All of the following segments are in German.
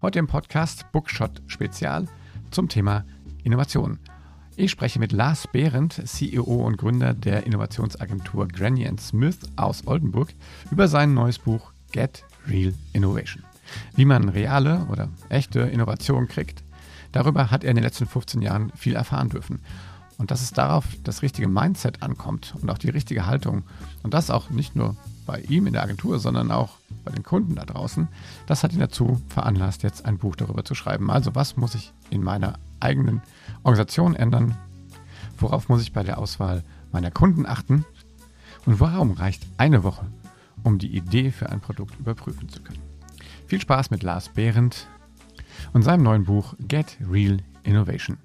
Heute im Podcast Bookshot Spezial zum Thema Innovation. Ich spreche mit Lars Behrendt, CEO und Gründer der Innovationsagentur Granny & Smith aus Oldenburg, über sein neues Buch Get Real Innovation. Wie man reale oder echte Innovation kriegt, darüber hat er in den letzten 15 Jahren viel erfahren dürfen. Und dass es darauf das richtige Mindset ankommt und auch die richtige Haltung und das auch nicht nur bei ihm in der Agentur, sondern auch bei den Kunden da draußen, das hat ihn dazu veranlasst, jetzt ein Buch darüber zu schreiben. Also was muss ich in meiner eigenen Organisation ändern? Worauf muss ich bei der Auswahl meiner Kunden achten? Und warum reicht eine Woche, um die Idee für ein Produkt überprüfen zu können? Viel Spaß mit Lars Behrendt und seinem neuen Buch Get Real Innovation.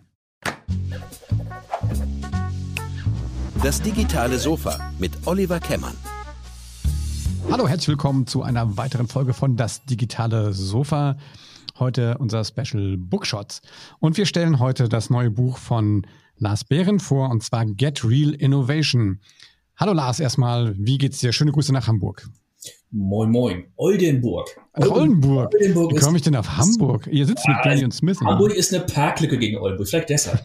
Das digitale Sofa mit Oliver Kemmern. Hallo, herzlich willkommen zu einer weiteren Folge von Das digitale Sofa. Heute unser Special Bookshots. Und wir stellen heute das neue Buch von Lars Behrendt vor, und zwar Get Real Innovation. Hallo Lars, erstmal, wie geht's dir? Schöne Grüße nach Hamburg. Moin, moin. Oldenburg. Oldenburg? Wie komme ich denn auf Hamburg? Ihr sitzt mit Granny & Smith. Hamburg ist eine Parklücke gegen Oldenburg, vielleicht deshalb.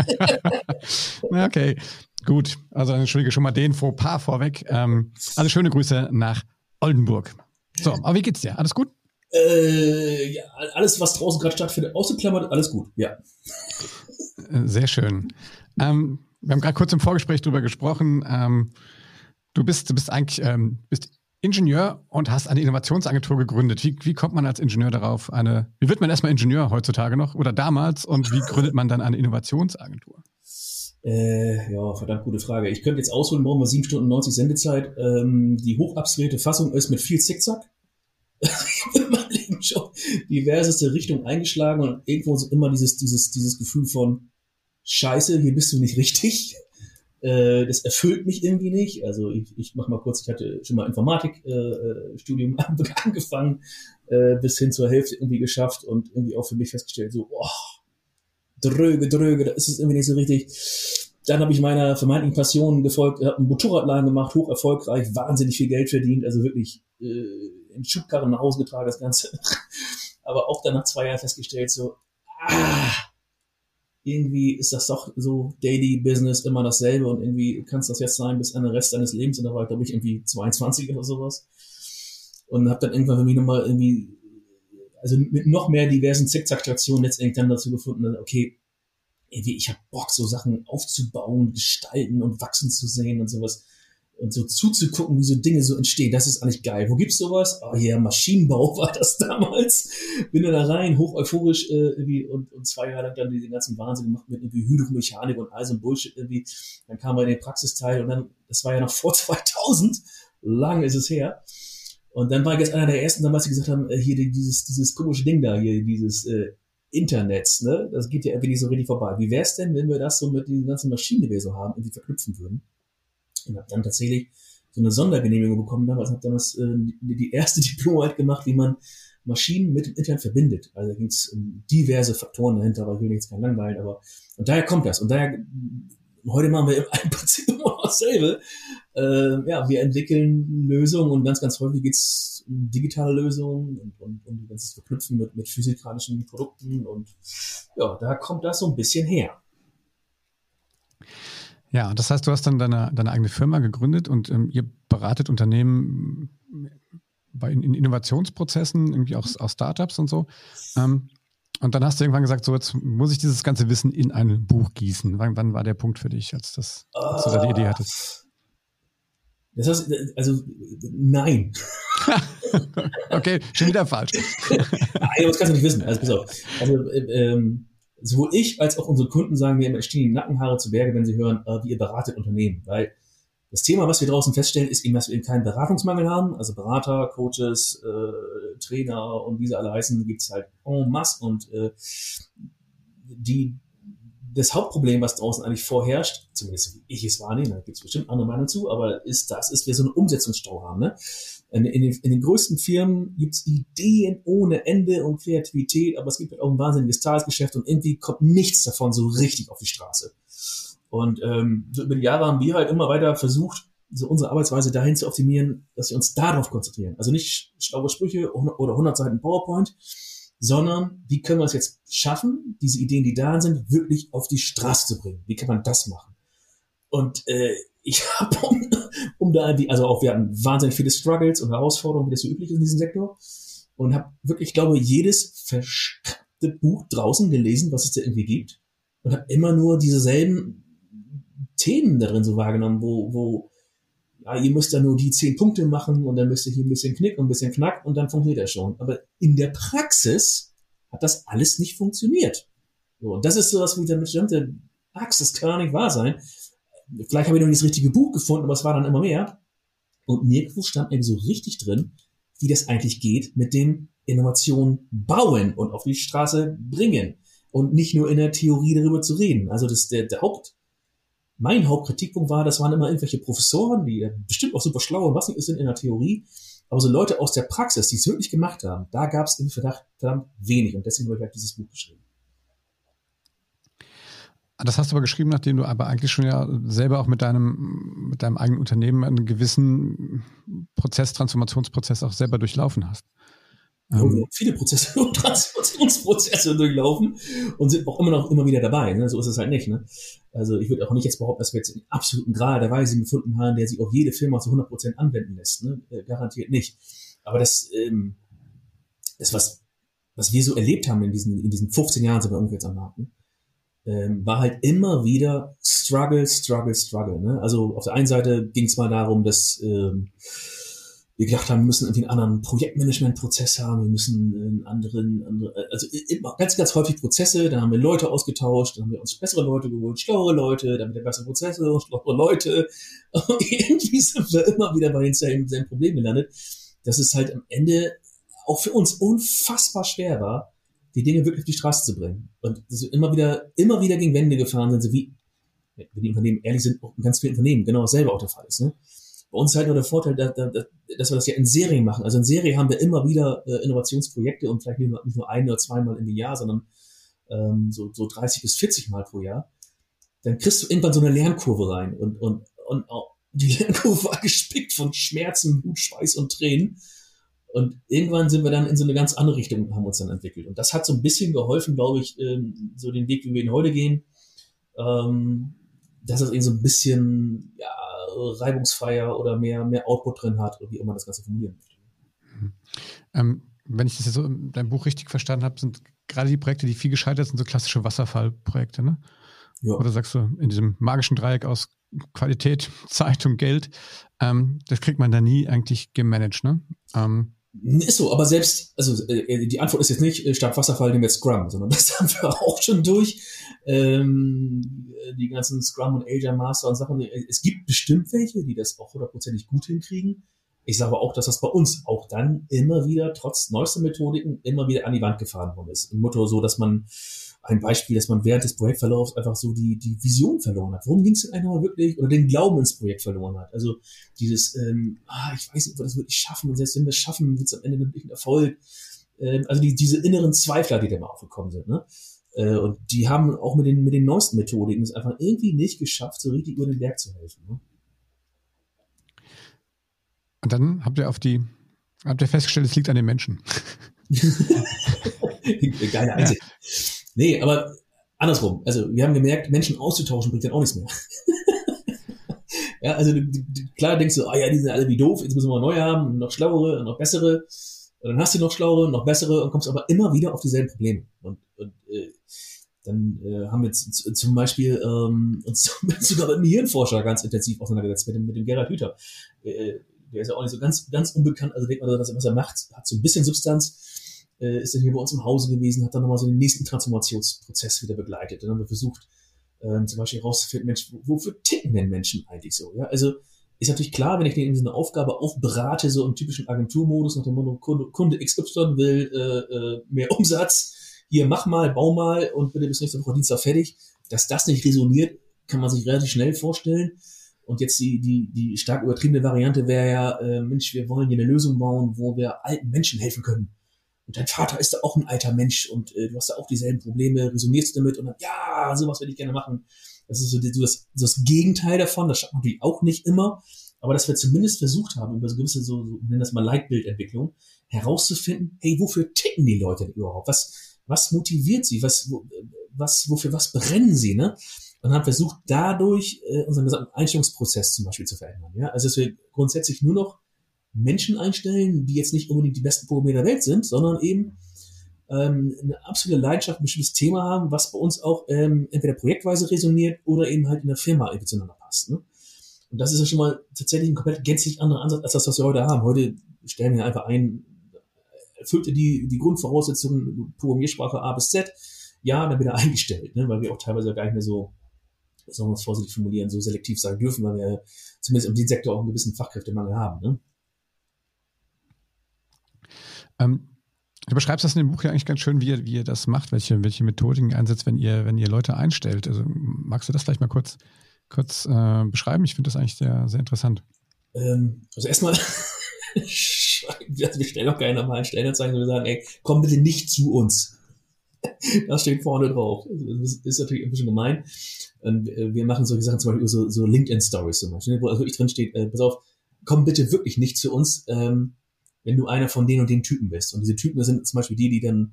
Okay, gut. Also entschuldige schon mal den Fauxpas vorweg. Also schöne Grüße nach Oldenburg. So, aber wie geht's dir? Alles gut? Ja, alles, was draußen gerade stattfindet, ausgeklammert, alles gut, ja. Sehr schön. Wir haben gerade kurz im Vorgespräch drüber gesprochen. Du bist eigentlich bist Ingenieur und hast eine Innovationsagentur gegründet. Wie kommt man als Ingenieur darauf? Wie wird man erstmal Ingenieur heutzutage noch oder damals, und wie gründet man dann eine Innovationsagentur? Ja, verdammt gute Frage. Ich könnte jetzt ausholen, brauchen wir 7 Stunden 90 Sendezeit. Die hochabstrahierte Fassung ist mit viel Zickzack. Ich habe in meinem Leben schon diverseste Richtungen eingeschlagen und irgendwo so immer dieses Gefühl von Scheiße, hier bist du nicht richtig. Das erfüllt mich irgendwie nicht. Also ich mach mal kurz, ich hatte schon mal Informatikstudium angefangen, bis hin zur Hälfte irgendwie geschafft und irgendwie auch für mich festgestellt, so, dröge, da ist es irgendwie nicht so richtig. Dann habe ich meiner vermeintlichen Passion gefolgt, habe einen Motorradladen gemacht, hoch erfolgreich, wahnsinnig viel Geld verdient, also wirklich in Schubkarren nach Hause getragen, das Ganze. Aber auch dann nach 2 Jahren festgestellt, so, irgendwie ist das doch so Daily Business immer dasselbe und irgendwie kann es das jetzt sein bis an den Rest deines Lebens. Und da war ich, glaube ich, irgendwie 22 oder sowas. Und habe dann irgendwann für mich nochmal irgendwie, also mit noch mehr diversen Zickzack-Stationen letztendlich dann dazu gefunden, okay, irgendwie ich habe Bock, so Sachen aufzubauen, gestalten und wachsen zu sehen und sowas. Und so zuzugucken, wie so Dinge so entstehen, das ist eigentlich geil. Wo gibt's sowas? Ja, Maschinenbau war das damals. Bin dann da rein, hoch euphorisch irgendwie und 2 Jahre lang dann diesen ganzen Wahnsinn gemacht mit irgendwie Hydromechanik und all so ein Bullshit irgendwie. Dann kam man in den Praxisteil und dann, das war ja noch vor 2000, lang ist es her. Und dann war ich jetzt einer der ersten damals, die gesagt haben, hier dieses komische Ding da, hier dieses Internets, ne? Das geht ja irgendwie nicht so richtig vorbei. Wie wär's denn, wenn wir das so mit diesen ganzen Maschinen, die wir so haben, irgendwie verknüpfen würden? Und habe dann tatsächlich so eine Sondergenehmigung bekommen damals, habe damals die erste Diplomarbeit gemacht, wie man Maschinen mit dem Internet verbindet. Also da ging es um diverse Faktoren dahinter, aber ich will jetzt keinen langweilen, aber und daher kommt das. Und daher, heute machen wir im Prinzip immer noch dasselbe. Wir entwickeln Lösungen und ganz, ganz häufig geht es um digitale Lösungen und um das Verknüpfen mit physikalischen Produkten und ja, da kommt das so ein bisschen her. Ja, das heißt, du hast dann deine eigene Firma gegründet und ihr beratet Unternehmen in Innovationsprozessen, irgendwie auch Startups und so. Und dann hast du irgendwann gesagt, so jetzt muss ich dieses ganze Wissen in ein Buch gießen. Wann war der Punkt für dich, als du da die Idee hattest? Das heißt, also nein. Okay, schon wieder falsch. Das kannst du nicht wissen. Also pass auf. Also sowohl ich als auch unsere Kunden sagen mir immer, stehen die Nackenhaare zu Berge, wenn sie hören, wie ihr beratet Unternehmen. Weil das Thema, was wir draußen feststellen, ist eben, dass wir eben keinen Beratungsmangel haben. Also Berater, Coaches, Trainer und wie sie alle heißen, gibt's halt en masse. Und das Hauptproblem, was draußen eigentlich vorherrscht, zumindest wie ich es wahrnehme, da gibt es bestimmt andere Meinungen zu, aber ist, wir so einen Umsetzungsstau haben. Ne? In den größten Firmen gibt's Ideen ohne Ende und Kreativität, aber es gibt halt auch ein wahnsinniges Tagesgeschäft und irgendwie kommt nichts davon so richtig auf die Straße. Und so über die Jahre haben wir halt immer weiter versucht, so unsere Arbeitsweise dahin zu optimieren, dass wir uns darauf konzentrieren. Also nicht schlaue Sprüche oder 100 Seiten PowerPoint, sondern wie können wir es jetzt schaffen, diese Ideen, die da sind, wirklich auf die Straße zu bringen? Wie kann man das machen? Und ich habe, um da irgendwie, also auch wir hatten wahnsinnig viele Struggles und Herausforderungen, wie das so üblich ist in diesem Sektor, und habe wirklich, glaube ich, jedes versteckte Buch draußen gelesen, was es da irgendwie gibt, und habe immer nur dieselben Themen darin so wahrgenommen, wo ja, ihr müsst da nur die 10 Punkte machen und dann müsst ihr hier ein bisschen knicken und ein bisschen knack und dann funktioniert das schon. Aber in der Praxis hat das alles nicht funktioniert. So, und das ist sowas wie damit stimmte, das kann nicht wahr sein. Vielleicht habe ich noch nicht das richtige Buch gefunden, aber es war dann immer mehr. Und nirgendwo stand eben so richtig drin, wie das eigentlich geht mit dem Innovation bauen und auf die Straße bringen. Und nicht nur in der Theorie darüber zu reden. Also das mein Hauptkritikpunkt war, das waren immer irgendwelche Professoren, die bestimmt auch super schlau und was nicht sind in der Theorie, aber so Leute aus der Praxis, die es wirklich gemacht haben, da gab es im Verdacht verdammt wenig und deswegen habe ich halt dieses Buch geschrieben. Das hast du aber geschrieben, nachdem du aber eigentlich schon ja selber auch mit deinem eigenen Unternehmen einen gewissen Transformationsprozess auch selber durchlaufen hast. Wir haben viele Prozesse und Transformationsprozesse durchlaufen und sind auch immer wieder dabei. Ne? So ist es halt nicht. Ne? Also ich würde auch nicht jetzt behaupten, dass wir jetzt einen absoluten Gral der Weise gefunden haben, der sich auf jede Firma zu 100% anwenden lässt. Ne? Garantiert nicht. Aber das was wir so erlebt haben in diesen 15 Jahren, sind wir ungefähr jetzt am Markt, war halt immer wieder Struggle. Ne? Also auf der einen Seite ging es mal darum, dass wir gedacht haben, wir müssen irgendwie einen anderen Projektmanagement-Prozess haben, wir müssen also immer ganz häufig Prozesse, dann haben wir Leute ausgetauscht, dann haben wir uns bessere Leute geholt, schlauere Leute, dann wieder bessere Prozesse und schlauere Leute. Und irgendwie sind wir immer wieder bei denselben Problemen gelandet, dass es halt am Ende auch für uns unfassbar schwer war, die Dinge wirklich auf die Straße zu bringen. Und immer wieder gegen Wände gefahren sind, so wie, wenn die Unternehmen ehrlich sind, auch in ganz vielen Unternehmen genau dasselbe auch der Fall ist. Ne? Bei uns ist halt nur der Vorteil, dass wir das ja in Serien machen. Also in Serie haben wir immer wieder Innovationsprojekte und vielleicht nicht nur 1 oder 2 Mal im Jahr, sondern so 30 bis 40 Mal pro Jahr. Dann kriegst du irgendwann so eine Lernkurve rein und auch die Lernkurve war gespickt von Schmerzen, Blut, Schweiß und Tränen. Und irgendwann sind wir dann in so eine ganz andere Richtung, haben uns dann entwickelt. Und das hat so ein bisschen geholfen, glaube ich, so den Weg, wie wir ihn heute gehen, dass es eben so ein bisschen, ja, reibungsfreier oder mehr Output drin hat, oder wie immer das Ganze formulieren möchte. Wenn ich das jetzt so in deinem Buch richtig verstanden habe, sind gerade die Projekte, die viel gescheitert sind, so klassische Wasserfallprojekte, ne? Ja. Oder sagst du, in diesem magischen Dreieck aus Qualität, Zeit und Geld, das kriegt man da nie eigentlich gemanagt, ne? Ist so, aber selbst, also die Antwort ist jetzt nicht, statt Wasserfall nehmen wir Scrum, sondern das haben wir auch schon durch. Die ganzen Scrum und Agile Master und Sachen. Es gibt bestimmt welche, die das auch 100%ig gut hinkriegen. Ich sage aber auch, dass das bei uns auch dann immer wieder, trotz neuester Methodiken, immer wieder an die Wand gefahren worden ist. Im Motto so, dass man während des Projektverlaufs einfach so die Vision verloren hat. Worum ging es denn eigentlich wirklich? Oder den Glauben ins Projekt verloren hat. Also dieses, ich weiß nicht, ob wir das wirklich schaffen. Und selbst wenn wir es schaffen, wird es am Ende wirklich ein Erfolg. Also diese inneren Zweifler, die da mal aufgekommen sind. Ne? Und die haben auch mit den neuesten Methodiken es einfach irgendwie nicht geschafft, so richtig über den Berg zu helfen. Ne? Und dann habt ihr festgestellt, es liegt an den Menschen. Geile Einsicht. Ja. Nee, aber andersrum. Also wir haben gemerkt, Menschen auszutauschen bringt dann auch nichts mehr. Ja, also klar denkst du, die sind alle wie doof, jetzt müssen wir neue haben, noch schlauere, noch bessere. Und dann hast du noch schlauere, noch bessere und kommst aber immer wieder auf dieselben Probleme. Und dann haben wir zum Beispiel uns sogar mit dem Hirnforscher ganz intensiv auseinandergesetzt, mit dem Gerhard Hüther. Der ist ja auch nicht so ganz unbekannt, also denkt man, dass was er macht, hat so ein bisschen Substanz. Ist dann hier bei uns im Hause gewesen, hat dann nochmal so den nächsten Transformationsprozess wieder begleitet. Dann haben wir versucht, zum Beispiel herauszufinden, Mensch, wofür ticken denn Menschen eigentlich so? Ja, also ist natürlich klar, wenn ich denen so eine Aufgabe aufberate, so im typischen Agenturmodus, nach dem Motto, Kunde XY will mehr Umsatz, hier mach mal, bau mal und bitte bis nächste Woche Dienstag fertig. Dass das nicht resoniert, kann man sich relativ schnell vorstellen. Und jetzt die stark übertriebene Variante wäre ja, Mensch, wir wollen hier eine Lösung bauen, wo wir alten Menschen helfen können. Und dein Vater ist da auch ein alter Mensch und du hast da auch dieselben Probleme, resonierst damit und dann, ja, sowas würde ich gerne machen. Das ist so das Gegenteil davon, das schafft man natürlich auch nicht immer, aber dass wir zumindest versucht haben, über so gewisse, so nennen das mal Leitbildentwicklung, herauszufinden, hey, wofür ticken die Leute denn überhaupt? Was motiviert sie? Wofür was brennen sie, ne? Und haben versucht, dadurch unseren gesamten Einstellungsprozess zum Beispiel zu verändern. Ja? Also, dass wir grundsätzlich nur noch Menschen einstellen, die jetzt nicht unbedingt die besten Programmierer der Welt sind, sondern eben eine absolute Leidenschaft, ein bestimmtes Thema haben, was bei uns auch entweder projektweise resoniert oder eben halt in der Firma irgendwie zueinander passt. Ne? Und das ist ja schon mal tatsächlich ein komplett gänzlich anderer Ansatz als das, was wir heute haben. Heute stellen wir einfach ein, erfüllt die Grundvoraussetzungen, Programmiersprache A bis Z, ja, dann wieder eingestellt, ne? Weil wir auch teilweise gar nicht mehr so, sollen wir es vorsichtig formulieren, so selektiv sein dürfen, weil wir zumindest in diesem Sektor auch einen gewissen Fachkräftemangel haben. Ne? Du beschreibst das in dem Buch ja eigentlich ganz schön, wie ihr das macht, welche Methodiken einsetzt, wenn ihr Leute einstellt. Also magst du das vielleicht mal kurz beschreiben? Ich finde das eigentlich sehr, sehr interessant. Also erstmal, wir stellen auch keine normalen Stellenanzeigen, sondern wir sagen, ey, komm bitte nicht zu uns. Das steht vorne drauf. Das ist natürlich ein bisschen gemein. Und wir machen solche Sachen zum Beispiel so LinkedIn-Stories zum Beispiel, wo also wirklich drin steht, pass auf, komm bitte wirklich nicht zu uns, wenn du einer von den und den Typen bist. Und diese Typen sind zum Beispiel die dann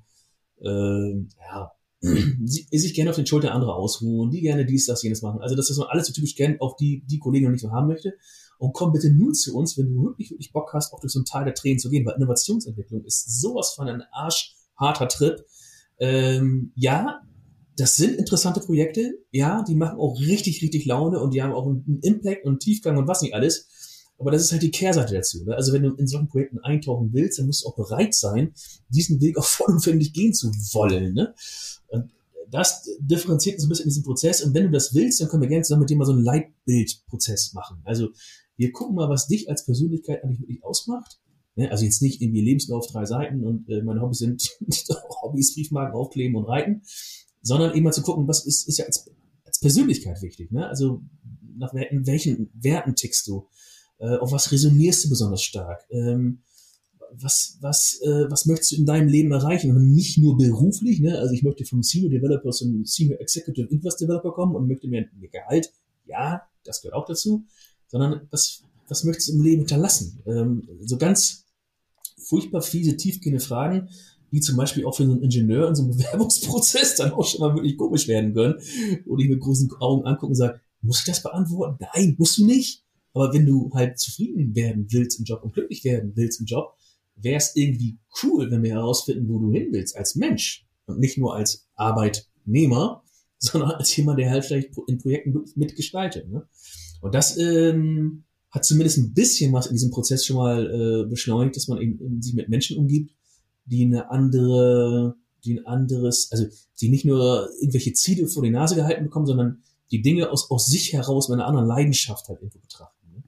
sich gerne auf den Schultern anderer ausruhen, die gerne dies, das, jenes machen. Also das, was man alles so typisch kennt, auch die Kollegen noch nicht so haben möchte. Und komm bitte nur zu uns, wenn du wirklich, wirklich Bock hast, auch durch so ein Tal der Tränen zu gehen, weil Innovationsentwicklung ist sowas von ein arschharter Trip. Ja, das sind interessante Projekte, ja, die machen auch richtig, richtig Laune und die haben auch einen Impact und Tiefgang und was nicht alles. Aber das ist halt die Kehrseite dazu. Ne? Also wenn du in solchen Projekten eintauchen willst, dann musst du auch bereit sein, diesen Weg auch vollumfänglich gehen zu wollen. Ne? Und das differenziert uns ein bisschen in diesem Prozess. Und wenn du das willst, dann können wir gerne zusammen mit dir mal so einen Leitbildprozess machen. Also wir gucken mal, was dich als Persönlichkeit eigentlich wirklich ausmacht. Ne? Also jetzt nicht irgendwie Lebenslauf 3 Seiten und meine Hobbys sind Briefmarken aufkleben und reiten, sondern eben mal zu gucken, was ist ja als Persönlichkeit wichtig. Ne? Also nach welchen Werten tickst du? Auf was resonierst du besonders stark? Was möchtest du in deinem Leben erreichen? Und nicht nur beruflich, ne? Also ich möchte vom Senior Developer zum Senior Executive Inverse Developer kommen und möchte mir Gehalt, ja, das gehört auch dazu, sondern was möchtest du im Leben hinterlassen? So ganz furchtbar fiese, tiefgehende Fragen, die zum Beispiel auch für so einen Ingenieur in so einem Bewerbungsprozess dann auch schon mal wirklich komisch werden können, wo ich mit großen Augen angucken und sage, muss ich das beantworten? Nein, musst du nicht. Aber wenn du halt zufrieden werden willst im Job und glücklich werden willst im Job, wäre es irgendwie cool, wenn wir herausfinden, wo du hin willst als Mensch und nicht nur als Arbeitnehmer, sondern als jemand, der halt vielleicht in Projekten mitgestaltet. Ne? Und das hat zumindest ein bisschen was in diesem Prozess schon mal beschleunigt, dass man eben sich mit Menschen umgibt, die ein anderes, also die nicht nur irgendwelche Ziele vor die Nase gehalten bekommen, sondern die Dinge aus sich heraus mit einer anderen Leidenschaft halt irgendwo betrachten.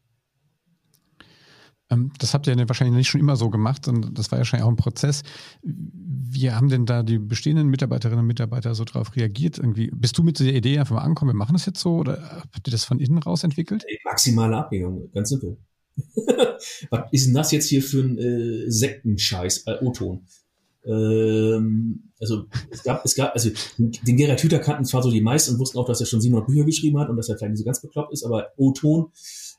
Das habt ihr wahrscheinlich nicht schon immer so gemacht, sondern das war ja wahrscheinlich auch ein Prozess. Wie haben denn da die bestehenden Mitarbeiterinnen und Mitarbeiter so drauf reagiert? Irgendwie, bist du mit der Idee einfach mal angekommen, wir machen das jetzt so, oder habt ihr das von innen raus entwickelt? Maximale Ablehnung, ganz simpel. Was ist denn das jetzt hier für ein Sektenscheiß, O-Ton? Also also den Gerhard Hüther kannten zwar so die meisten und wussten auch, dass er schon 700 Bücher geschrieben hat und dass er vielleicht nicht so ganz bekloppt ist, aber O-Ton,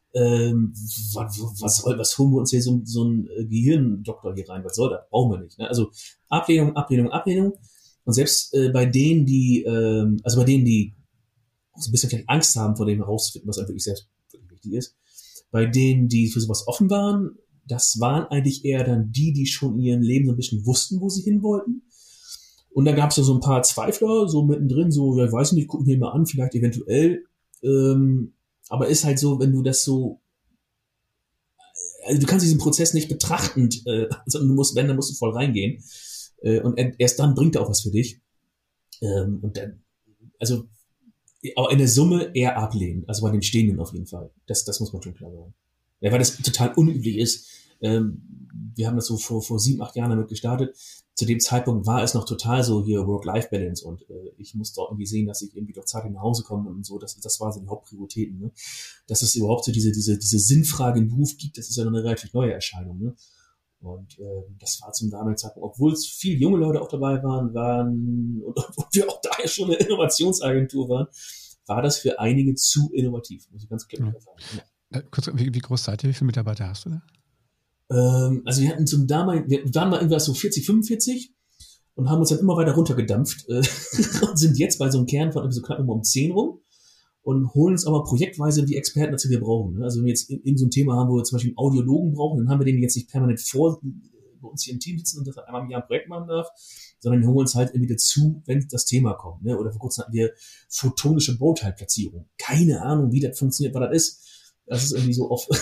was holen wir uns hier so ein Gehirndoktor hier rein? Was soll das? Brauchen wir nicht. Ne? Also Ablehnung. Und selbst bei denen, die so ein bisschen vielleicht Angst haben vor dem herauszufinden, was einem wirklich selbst wirklich wichtig ist, bei denen, die für sowas offen waren, das waren eigentlich eher dann die schon in ihrem Leben so ein bisschen wussten, wo sie hin wollten. Und dann gab es so ein paar Zweifler, so mittendrin, so, ja, ich weiß nicht, gucken wir mal an, vielleicht eventuell. Aber ist halt so, wenn du das so, also du kannst diesen Prozess nicht betrachtend, sondern dann musst du voll reingehen. Und erst dann bringt er auch was für dich. Und dann, also, aber in der Summe eher ablehnen, also bei den Stehenden auf jeden Fall. Das muss man schon klar sagen. Ja, weil das total unüblich ist. Wir haben das so vor 7, 8 Jahren damit gestartet. Zu dem Zeitpunkt war es noch total so hier Work-Life-Balance und ich musste auch irgendwie sehen, dass ich irgendwie doch zeitig nach Hause komme und so. Das waren so die Hauptprioritäten. Ne? Dass es überhaupt so diese Sinnfrage im Beruf gibt, das ist ja eine relativ neue Erscheinung. Ne? Und das war zum damaligen Zeitpunkt, obwohl es viele junge Leute auch dabei waren und wir auch daher schon eine Innovationsagentur waren, war das für einige zu innovativ, muss ich ganz klar sagen. Ja. Kurz, wie groß seid ihr? Wie viele Mitarbeiter hast du da? Also wir hatten wir waren mal irgendwas so 40, 45 und haben uns dann immer weiter runtergedampft und sind jetzt bei so einem Kern von so knapp immer um 10 rum und holen uns aber projektweise die Experten dazu, die wir brauchen. Ne? Also wenn wir jetzt irgend so ein Thema haben, wo wir zum Beispiel einen Audiologen brauchen, dann haben wir den jetzt nicht permanent bei uns hier im Team sitzen und das einmal im Jahr ein Projekt machen darf, sondern wir holen uns halt irgendwie dazu, wenn das Thema kommt. Ne? Oder vor kurzem hatten wir photonische Bauteilplatzierung. Keine Ahnung, wie das funktioniert, was das ist. Das ist irgendwie so oft.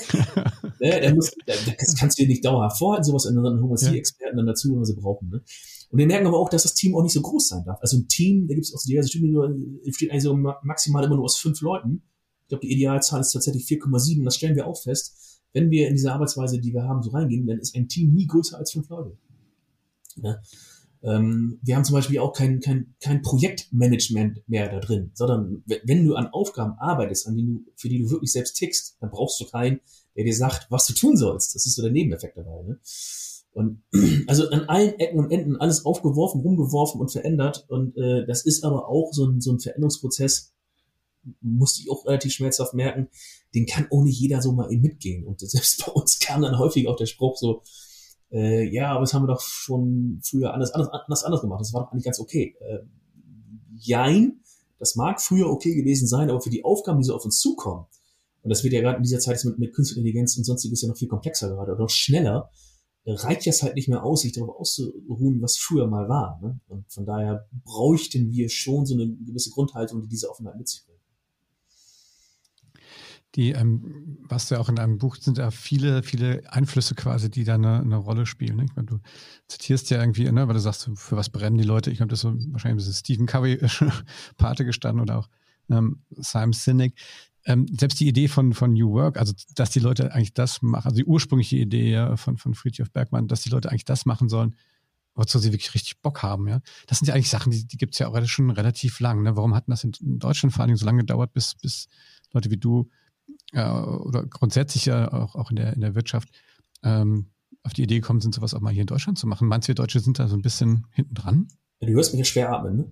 Das kannst du dir nicht dauerhaft vorhalten, sowas, und dann holen wir uns die Experten dann dazu, wenn wir sie brauchen. Ne? Und wir merken aber auch, dass das Team auch nicht so groß sein darf. Also ein Team, da gibt es auch so diverse Studien, besteht eigentlich so maximal immer nur aus 5 Leuten. Ich glaube, die Idealzahl ist tatsächlich 4,7. Das stellen wir auch fest. Wenn wir in diese Arbeitsweise, die wir haben, so reingehen, dann ist ein Team nie größer als 5 Leute. Ja? Wir haben zum Beispiel auch kein Projektmanagement mehr da drin, sondern wenn du an Aufgaben arbeitest, für die du wirklich selbst tickst, dann brauchst du keinen, der dir sagt, was du tun sollst. Das ist so der Nebeneffekt dabei. Ne? Und also an allen Ecken und Enden alles aufgeworfen, rumgeworfen und verändert. Und das ist aber auch so ein Veränderungsprozess, musste ich auch relativ schmerzhaft merken, den kann auch nicht jeder so mal mitgehen. Und selbst bei uns kam dann häufig auch der Spruch so, ja, aber das haben wir doch schon früher anders gemacht. Das war doch eigentlich ganz okay. Jein, das mag früher okay gewesen sein, aber für die Aufgaben, die so auf uns zukommen, und das wird ja gerade in dieser Zeit mit Künstlicher Intelligenz und sonstiges ja noch viel komplexer gerade oder noch schneller, reicht das halt nicht mehr aus, sich darauf auszuruhen, was früher mal war. Ne? Und von daher bräuchten wir schon so eine gewisse Grundhaltung, die diese Offenheit mit sich bringt. Was ja auch in deinem Buch sind ja viele, viele Einflüsse quasi, die da eine Rolle spielen. Ne? Ich meine, du zitierst ja irgendwie, ne, weil du sagst, für was brennen die Leute? Ich glaube, das ist so wahrscheinlich ein bisschen Stephen Covey Pate gestanden oder auch Simon Sinek. Selbst die Idee von New Work, also dass die Leute eigentlich das machen, also die ursprüngliche Idee von Fridtjof Bergmann, dass die Leute eigentlich das machen sollen, wozu sie wirklich richtig Bock haben. Ja, das sind ja eigentlich Sachen, die gibt es ja auch schon relativ lang. Ne? Warum hat das in Deutschland vor allen Dingen so lange gedauert, bis Leute wie du oder grundsätzlich ja auch in der Wirtschaft auf die Idee gekommen sind, sowas auch mal hier in Deutschland zu machen? Meinst du, wir Deutsche sind da so ein bisschen hinten dran? Ja, du hörst mich ja schwer atmen,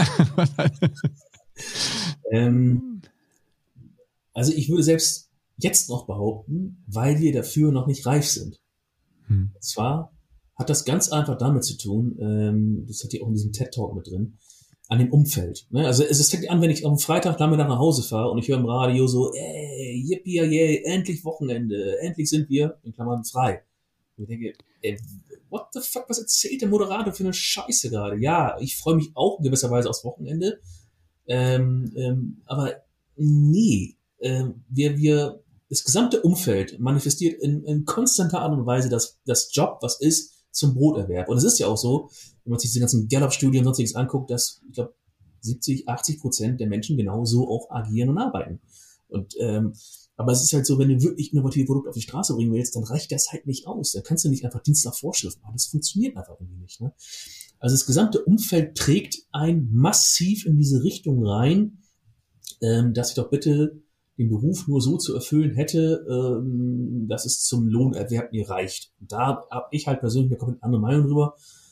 ne? Also ich würde selbst jetzt noch behaupten, weil wir dafür noch nicht reif sind. Und zwar hat das ganz einfach damit zu tun, das hat hier auch in diesem TED-Talk mit drin, an dem Umfeld. Ne? Also es fängt an, wenn ich am Freitag Nachmittag nach Hause fahre und ich höre im Radio so, yippie, yay, endlich Wochenende, endlich sind wir, in Klammern, frei. Und ich denke, what the fuck, was erzählt der Moderator für eine Scheiße gerade? Ja, ich freue mich auch in gewisser Weise aufs Wochenende, aber nee, das gesamte Umfeld manifestiert in konstanter Art und Weise, dass das Job was ist zum Broterwerb. Und es ist ja auch so, wenn man sich diese ganzen Gallup-Studien und sonstiges anguckt, dass, ich glaube, 70-80% der Menschen genau so auch agieren und arbeiten. Und aber es ist halt so, wenn du wirklich innovative Produkte auf die Straße bringen willst, dann reicht das halt nicht aus. Dann kannst du nicht einfach Dienst nach Vorschrift machen. Das funktioniert einfach irgendwie nicht. Ne? Also das gesamte Umfeld trägt ein massiv in diese Richtung rein, dass ich doch bitte den Beruf nur so zu erfüllen hätte, dass es zum Lohnerwerb mir reicht. Und da habe ich halt persönlich eine komplett andere Meinung drüber.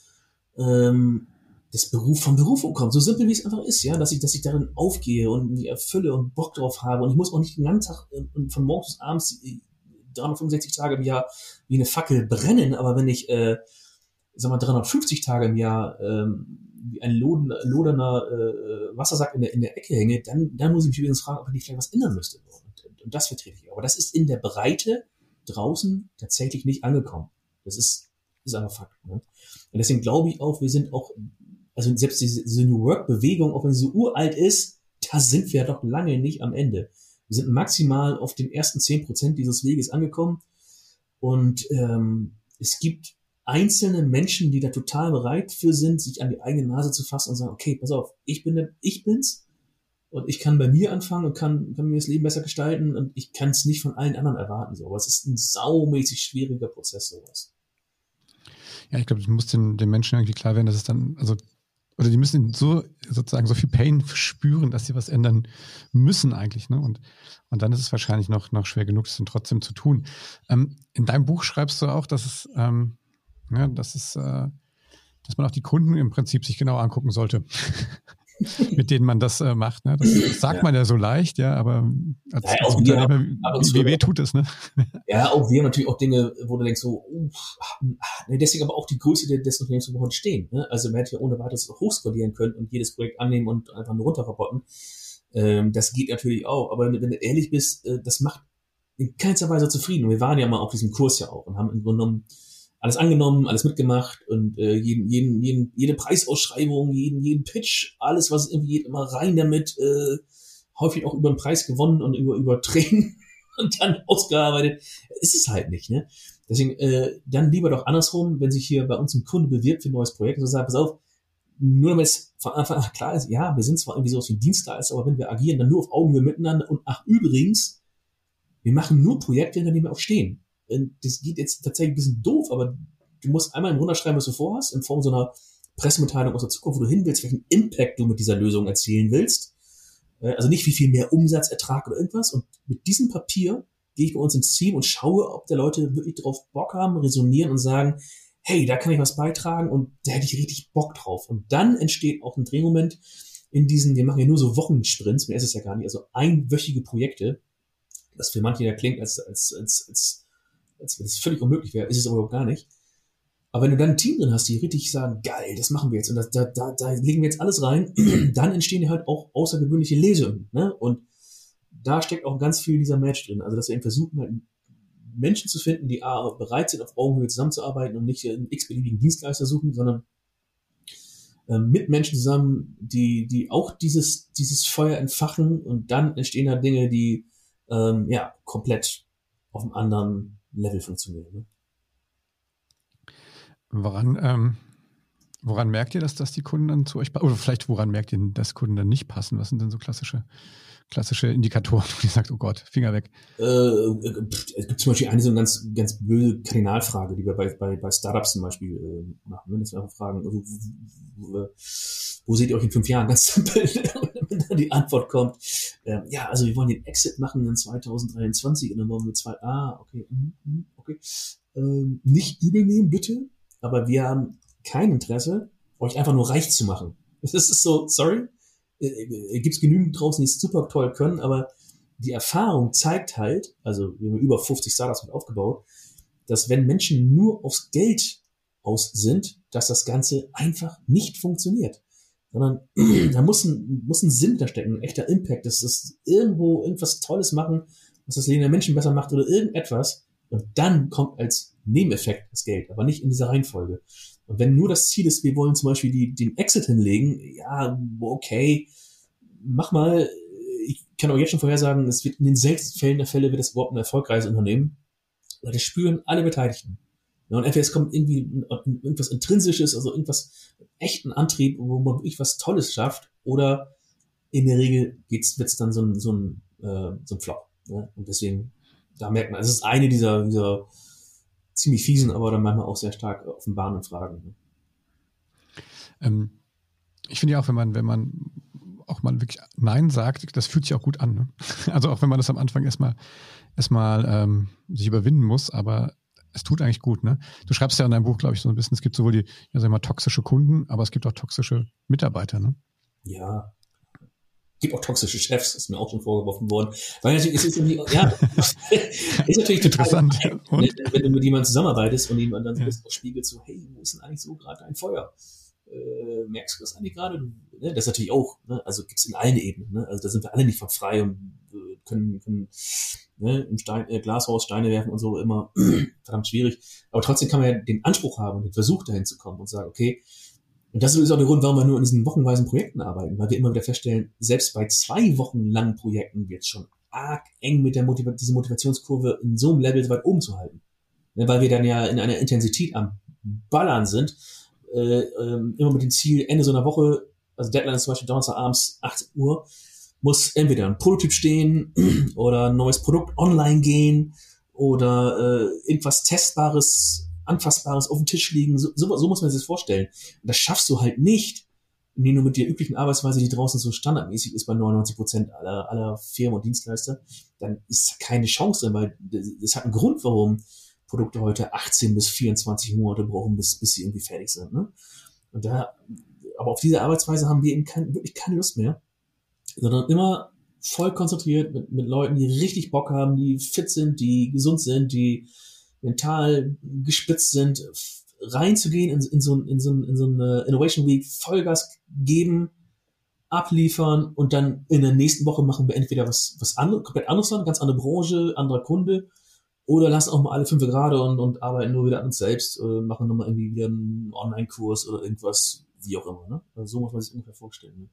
Das Beruf von Berufung kommt, so simpel wie es einfach ist, ja, dass ich darin aufgehe und mich erfülle und Bock drauf habe und ich muss auch nicht den ganzen Tag von morgens bis abends 365 Tage im Jahr wie eine Fackel brennen, aber wenn ich 350 Tage im Jahr wie ein lodernder Wassersack in der Ecke hänge, dann muss ich mich übrigens fragen, ob ich nicht vielleicht was ändern müsste. Und das vertrete ich. Aber das ist in der Breite draußen tatsächlich nicht angekommen. Das ist einfach Fakt. Ne? Und deswegen glaube ich auch, wir sind auch, also selbst diese New Work-Bewegung, auch wenn sie so uralt ist, da sind wir doch lange nicht am Ende. Wir sind maximal auf den ersten 10% dieses Weges angekommen. Und es gibt einzelne Menschen, die da total bereit für sind, sich an die eigene Nase zu fassen und sagen, okay, pass auf, ich bin's und ich kann bei mir anfangen und kann mir das Leben besser gestalten und ich kann es nicht von allen anderen erwarten. So. Aber es ist ein saumäßig schwieriger Prozess, sowas. Ja, ich glaube, es muss den Menschen irgendwie klar werden, dass es dann, oder die müssen so viel Pain spüren, dass sie was ändern müssen eigentlich, ne? Und dann ist es wahrscheinlich noch schwer genug, es dann trotzdem zu tun. In deinem Buch schreibst du auch, dass dass man auch die Kunden im Prinzip sich genau angucken sollte. mit denen man das macht. Ne? Das sagt man ja so leicht, ja, aber als auch Unternehmer, wir weh tut es, ne? Ja, auch wir haben natürlich auch Dinge, wo du denkst so, deswegen aber auch die Größe des Unternehmens, wo wir heute stehen. Ne? Also man hätte ja ohne weiteres hochskalieren können und jedes Projekt annehmen und einfach nur runterverbotten. Das geht natürlich auch, aber wenn du ehrlich bist, das macht in keinster Weise zufrieden. Und wir waren ja mal auf diesem Kurs ja auch und haben im Grunde genommen alles angenommen, alles mitgemacht und jede Preisausschreibung, jeden Pitch, alles, was irgendwie geht, immer rein damit, häufig auch über den Preis gewonnen und über Tränen und dann ausgearbeitet. Ist es halt nicht, ne? Deswegen, dann lieber doch andersrum, wenn sich hier bei uns ein Kunde bewirbt für ein neues Projekt und so sagt, pass auf, nur damit es von Anfang an klar ist, ja, wir sind zwar irgendwie so wie ein Dienstleister, aber wenn wir agieren, dann nur auf Augenhöhe miteinander und ach, übrigens, wir machen nur Projekte, in denen wir auch stehen. Das geht jetzt tatsächlich ein bisschen doof, aber du musst einmal runterschreiben, was du vorhast, in Form so einer Pressemitteilung aus der Zukunft, wo du hin willst, welchen Impact du mit dieser Lösung erzielen willst. Also nicht wie viel mehr Umsatz, Ertrag oder irgendwas. Und mit diesem Papier gehe ich bei uns ins Team und schaue, ob der Leute wirklich drauf Bock haben, resonieren und sagen, hey, da kann ich was beitragen und da hätte ich richtig Bock drauf. Und dann entsteht auch ein Drehmoment in diesen, wir machen ja nur so Wochensprints, mehr ist es ja gar nicht, also einwöchige Projekte, das für manche ja klingt, als wenn es völlig unmöglich wäre, ist es aber überhaupt gar nicht. Aber wenn du dann ein Team drin hast, die richtig sagen, geil, das machen wir jetzt und da legen wir jetzt alles rein, dann entstehen ja halt auch außergewöhnliche Lösungen. Ne? Und da steckt auch ganz viel dieser Match drin. Also dass wir eben versuchen, halt Menschen zu finden, die bereit sind, auf Augenhöhe zusammenzuarbeiten und nicht einen x-beliebigen Dienstleister suchen, sondern mit Menschen zusammen, die auch dieses Feuer entfachen und dann entstehen da Dinge, die komplett auf einem anderen Level funktionieren. Ne? Woran merkt ihr, dass die Kunden dann zu euch passen? Oder vielleicht woran merkt ihr, dass Kunden dann nicht passen? Was sind denn so klassische Indikatoren, wo ihr sagt, oh Gott, Finger weg? Es gibt zum Beispiel eine so eine ganz blöde Kardinalfrage, die wir bei Startups zum Beispiel machen. Wenn wir einfach fragen, also, wo seht ihr euch in 5 Jahren? Ganz simpel. Wenn dann die Antwort kommt, also wir wollen den Exit machen in 2023 und dann wollen wir okay. Nicht übel nehmen, bitte, aber wir haben kein Interesse, euch einfach nur reich zu machen. Das ist so, sorry, gibt's genügend draußen, die es super toll können, aber die Erfahrung zeigt halt, also wir haben über 50 Startups mit aufgebaut, dass wenn Menschen nur aufs Geld aus sind, dass das Ganze einfach nicht funktioniert. Sondern da muss ein Sinn da stecken, ein echter Impact, dass das irgendwas Tolles machen, was das Leben der Menschen besser macht oder irgendetwas. Und dann kommt als Nebeneffekt das Geld, aber nicht in dieser Reihenfolge. Und wenn nur das Ziel ist, wir wollen zum Beispiel den Exit hinlegen, ja, okay, mach mal. Ich kann auch jetzt schon vorhersagen, es wird in den seltensten Fällen der Fälle wird das überhaupt ein erfolgreiches Unternehmen, weil das spüren alle Beteiligten. Ja, und entweder es kommt irgendwie irgendwas Intrinsisches, also irgendwas mit echten Antrieb, wo man wirklich was Tolles schafft, oder in der Regel wird's dann so ein Flop. Ne? Und deswegen, da merkt man, es ist eine dieser ziemlich fiesen, aber dann manchmal auch sehr stark offenbarenden Fragen. Ne? Ich finde ja auch, wenn man auch mal wirklich Nein sagt, das fühlt sich auch gut an. Ne? Also auch wenn man das am Anfang erstmal sich überwinden muss, aber es tut eigentlich gut. Ne? Du schreibst ja in deinem Buch, glaube ich, so ein bisschen, es gibt sowohl toxische Kunden, aber es gibt auch toxische Mitarbeiter. Ne? Ja. Gibt auch toxische Chefs, ist mir auch schon vorgeworfen worden. Weil natürlich, ist natürlich total interessant. Wenn du mit jemandem zusammenarbeitest und jemand dann so spiegelt, so, hey, wo ist denn eigentlich so gerade dein Feuer? Merkst du das eigentlich gerade? Ne? Das ist natürlich auch, ne? Also gibt's in allen Ebenen. Ne? Also da sind wir alle nicht frei und können im Glashaus Steine werfen und so, immer verdammt schwierig. Aber trotzdem kann man ja den Anspruch haben und den Versuch dahin zu kommen und sagen, okay, und das ist auch der Grund, warum wir nur in diesen wochenweisen Projekten arbeiten, weil wir immer wieder feststellen, selbst bei 2 Wochen langen Projekten wird es schon arg eng mit diese Motivationskurve in so einem Level weit oben zu halten. Ne? Weil wir dann ja in einer Intensität am Ballern sind, immer mit dem Ziel, Ende so einer Woche, also Deadline ist zum Beispiel Donnerstagabends 18 Uhr, muss entweder ein Prototyp stehen oder ein neues Produkt online gehen oder irgendwas Testbares, Anfassbares auf dem Tisch liegen. So muss man sich das vorstellen. Und das schaffst du halt nicht, nur mit der üblichen Arbeitsweise, die draußen so standardmäßig ist bei 99% aller Firmen und Dienstleister. Dann ist keine Chance drin, weil das hat einen Grund, warum Produkte heute 18 bis 24 Monate brauchen, bis sie irgendwie fertig sind. Ne? Und da aber auf diese Arbeitsweise haben wir eben wirklich keine Lust mehr, sondern immer voll konzentriert mit Leuten, die richtig Bock haben, die fit sind, die gesund sind, die mental gespitzt sind, reinzugehen in so eine Innovation Week, Vollgas geben, abliefern und dann in der nächsten Woche machen wir entweder was anderes, komplett anderes, eine ganz andere Branche, anderer Kunde, oder lassen auch mal alle 5 gerade und arbeiten nur wieder an uns selbst, machen nochmal irgendwie wieder einen Online-Kurs oder irgendwas, wie auch immer. Ne? Also so muss man sich ungefähr vorstellen.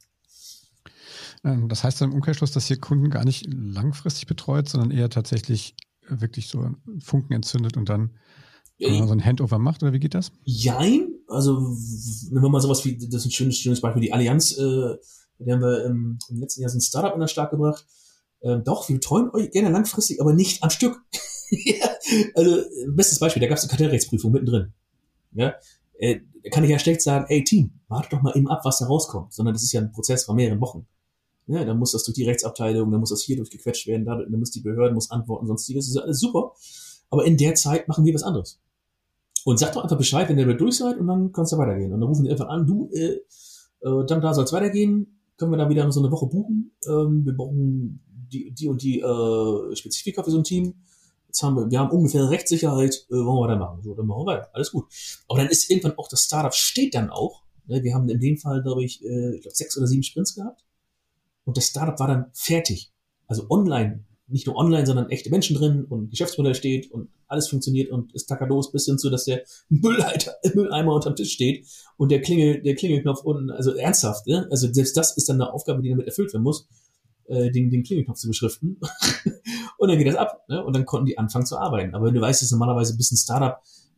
Ne? Das heißt im Umkehrschluss, dass ihr Kunden gar nicht langfristig betreut, sondern eher tatsächlich wirklich so Funken entzündet und dann so ein Handover macht, oder wie geht das? Jein, also nehmen wir mal sowas wie, das ist ein schönes Beispiel, die Allianz, die haben wir im letzten Jahr so ein Startup in den Start gebracht. Doch, wir betreuen euch gerne langfristig, aber nicht am Stück. Ja, also, bestes Beispiel, da gab es eine Kartellrechtsprüfung mittendrin. Ja, da kann ich ja schlecht sagen, ey Team, wartet doch mal eben ab, was da rauskommt. Sondern das ist ja ein Prozess von mehreren Wochen. Ja, dann muss das durch die Rechtsabteilung, dann muss das hier durchgequetscht werden, dann muss die Behörde muss antworten, sonstiges. Das ist ja alles super. Aber in der Zeit machen wir was anderes. Und sagt doch einfach Bescheid, wenn ihr da durch seid, und dann kannst du weitergehen. Und dann rufen die einfach an, du, dann da soll es weitergehen, können wir da wieder so eine Woche buchen. Wir brauchen die und die Spezifika für so ein Team. Jetzt wir haben ungefähr Rechtssicherheit, wollen wir weitermachen. So, dann machen wir weiter. Alles gut. Aber dann ist irgendwann auch das Startup steht dann auch. Ne? Wir haben in dem Fall, glaube ich, 6 oder 7 Sprints gehabt. Und das Startup war dann fertig. Also online. Nicht nur online, sondern echte Menschen drin und Geschäftsmodell steht und alles funktioniert und ist tackerlos bis hin zu, dass der Mülleimer unterm Tisch steht und der Klingelknopf unten, also ernsthaft, ne? Also selbst das ist dann eine Aufgabe, die damit erfüllt werden muss, den Klingelknopf zu beschriften. Und dann geht das ab, ne? Und dann konnten die anfangen zu arbeiten. Aber wenn du weißt, dass normalerweise bis ein Startup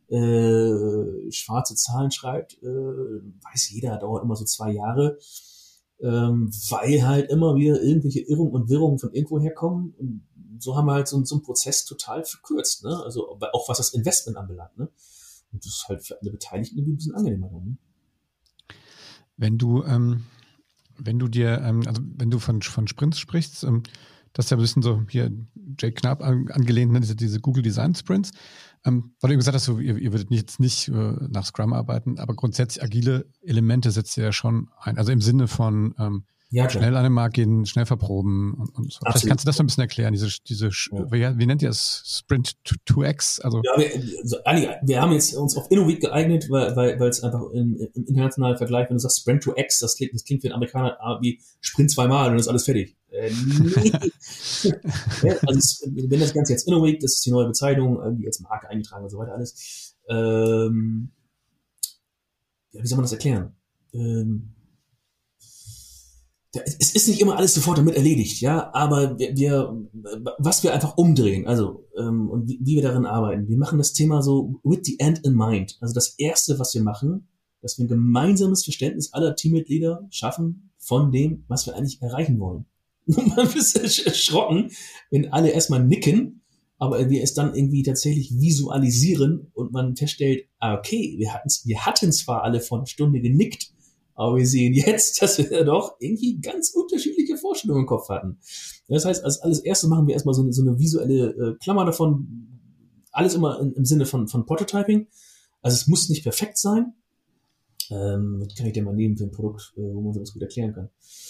schwarze Zahlen schreibt, weiß jeder, dauert immer so 2 Jahre, weil halt immer wieder irgendwelche Irrungen und Wirrungen von irgendwo herkommen. Und so haben wir halt so einen Prozess total verkürzt, ne? Also auch was das Investment anbelangt, ne? Und das ist halt für alle Beteiligten irgendwie ein bisschen angenehmer. Ne? Wenn du dir, also wenn du von Sprints sprichst, das ist ja ein bisschen so hier Jay Knapp angelehnt, ne, diese Google Design Sprints, weil du eben gesagt hast, ihr würdet jetzt nicht nach Scrum arbeiten, aber grundsätzlich agile Elemente setzt ihr ja schon ein, also im Sinne von schnell an den Markt gehen, schnell verproben und so. Vielleicht kannst du das noch ein bisschen erklären, wie nennt ihr das? Sprint 2X? Also ja, wir haben jetzt uns auf InnoWeek geeignet, weil es einfach im internationalen Vergleich, wenn du sagst Sprint 2X, das klingt für einen Amerikaner wie Sprint 2-mal und ist alles fertig. Nee. Ja, also wenn das Ganze jetzt InnoWeek, das ist die neue Bezeichnung, irgendwie als Marke eingetragen und so weiter alles. Ja, wie soll man das erklären? Es ist nicht immer alles sofort damit erledigt, ja, aber was wir einfach umdrehen, also und wie wir darin arbeiten, wir machen das Thema so with the end in mind. Also das Erste, was wir machen, dass wir ein gemeinsames Verständnis aller Teammitglieder schaffen von dem, was wir eigentlich erreichen wollen. Und man ist erschrocken, wenn alle erstmal nicken, aber wir es dann irgendwie tatsächlich visualisieren und man feststellt, okay, wir hatten zwar alle vor einer Stunde genickt, aber wir sehen jetzt, dass wir doch irgendwie ganz unterschiedliche Vorstellungen im Kopf hatten. Das heißt, als alles Erste machen wir erstmal so eine visuelle Klammer davon. Alles immer im Sinne von Prototyping. Also es muss nicht perfekt sein. Was kann ich denn mal nehmen für ein Produkt, wo man sowas gut erklären kann?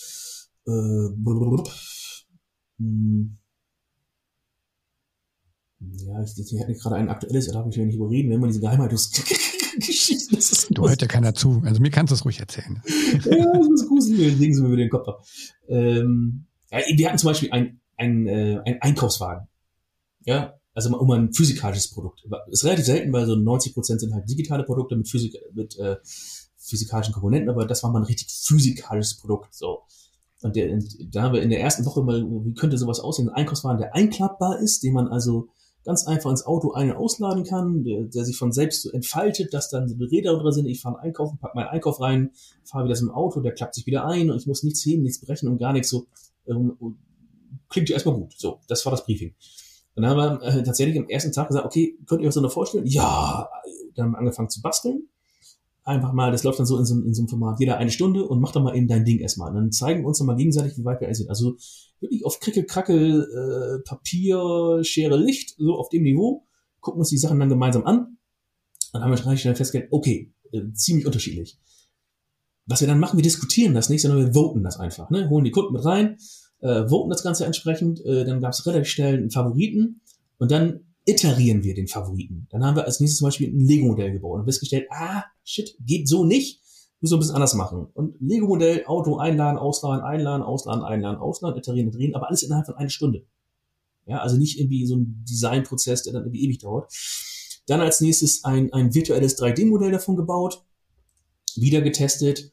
Ja, ich hatte gerade ein aktuelles, da darf ich ja nicht überreden, wenn man diese Geheimhaltungsgeschichten. Du hört ja keiner zu. Also mir kannst du es ruhig erzählen. Ja, das ist gruselig, legen Sie mir wieder den Kopf ab. Ja, wir hatten zum Beispiel ein Einkaufswagen. Ja, also um ein physikalisches Produkt. Ist relativ selten, weil so 90% sind halt digitale Produkte mit physikalischen Komponenten, aber das war mal ein richtig physikalisches Produkt. So. Und da haben wir in der ersten Woche mal, wie könnte sowas aussehen? Ein Einkaufswagen, der einklappbar ist, den man also ganz einfach ins Auto ein- und ausladen kann, der sich von selbst so entfaltet, dass dann so Räder drin sind. Ich fahre einkaufen, pack meinen Einkauf rein, fahre wieder zum Auto, der klappt sich wieder ein und ich muss nichts heben, nichts brechen und gar nichts so. Klingt ja erstmal gut. So, das war das Briefing. Und dann haben wir tatsächlich am ersten Tag gesagt, okay, könnt ihr euch das noch vorstellen? Ja, dann haben wir angefangen zu basteln. Einfach mal, das läuft dann so in so einem Format, jeder 1 Stunde und mach doch mal eben dein Ding erstmal. Und dann zeigen wir uns dann mal gegenseitig, wie weit wir sind. Also wirklich auf Krickel-Krackel, Papier, Schere, Licht, so auf dem Niveau, gucken uns die Sachen dann gemeinsam an. Dann haben wir relativ schnell festgestellt, okay, ziemlich unterschiedlich. was wir dann machen, wir diskutieren das nicht, sondern wir voten das einfach, ne? Holen die Kunden mit rein, voten das Ganze entsprechend, dann gab es relativ schnell einen Favoriten und dann iterieren wir den Favoriten. Dann haben wir als nächstes zum Beispiel ein Lego-Modell gebaut und festgestellt, shit, geht so nicht, müssen wir ein bisschen anders machen. Und Lego-Modell, Auto, einladen, ausladen, iterieren, aber alles innerhalb von einer Stunde. Ja, also nicht irgendwie so ein Designprozess, der dann irgendwie ewig dauert. Dann als nächstes ein virtuelles 3D-Modell davon gebaut, wieder getestet.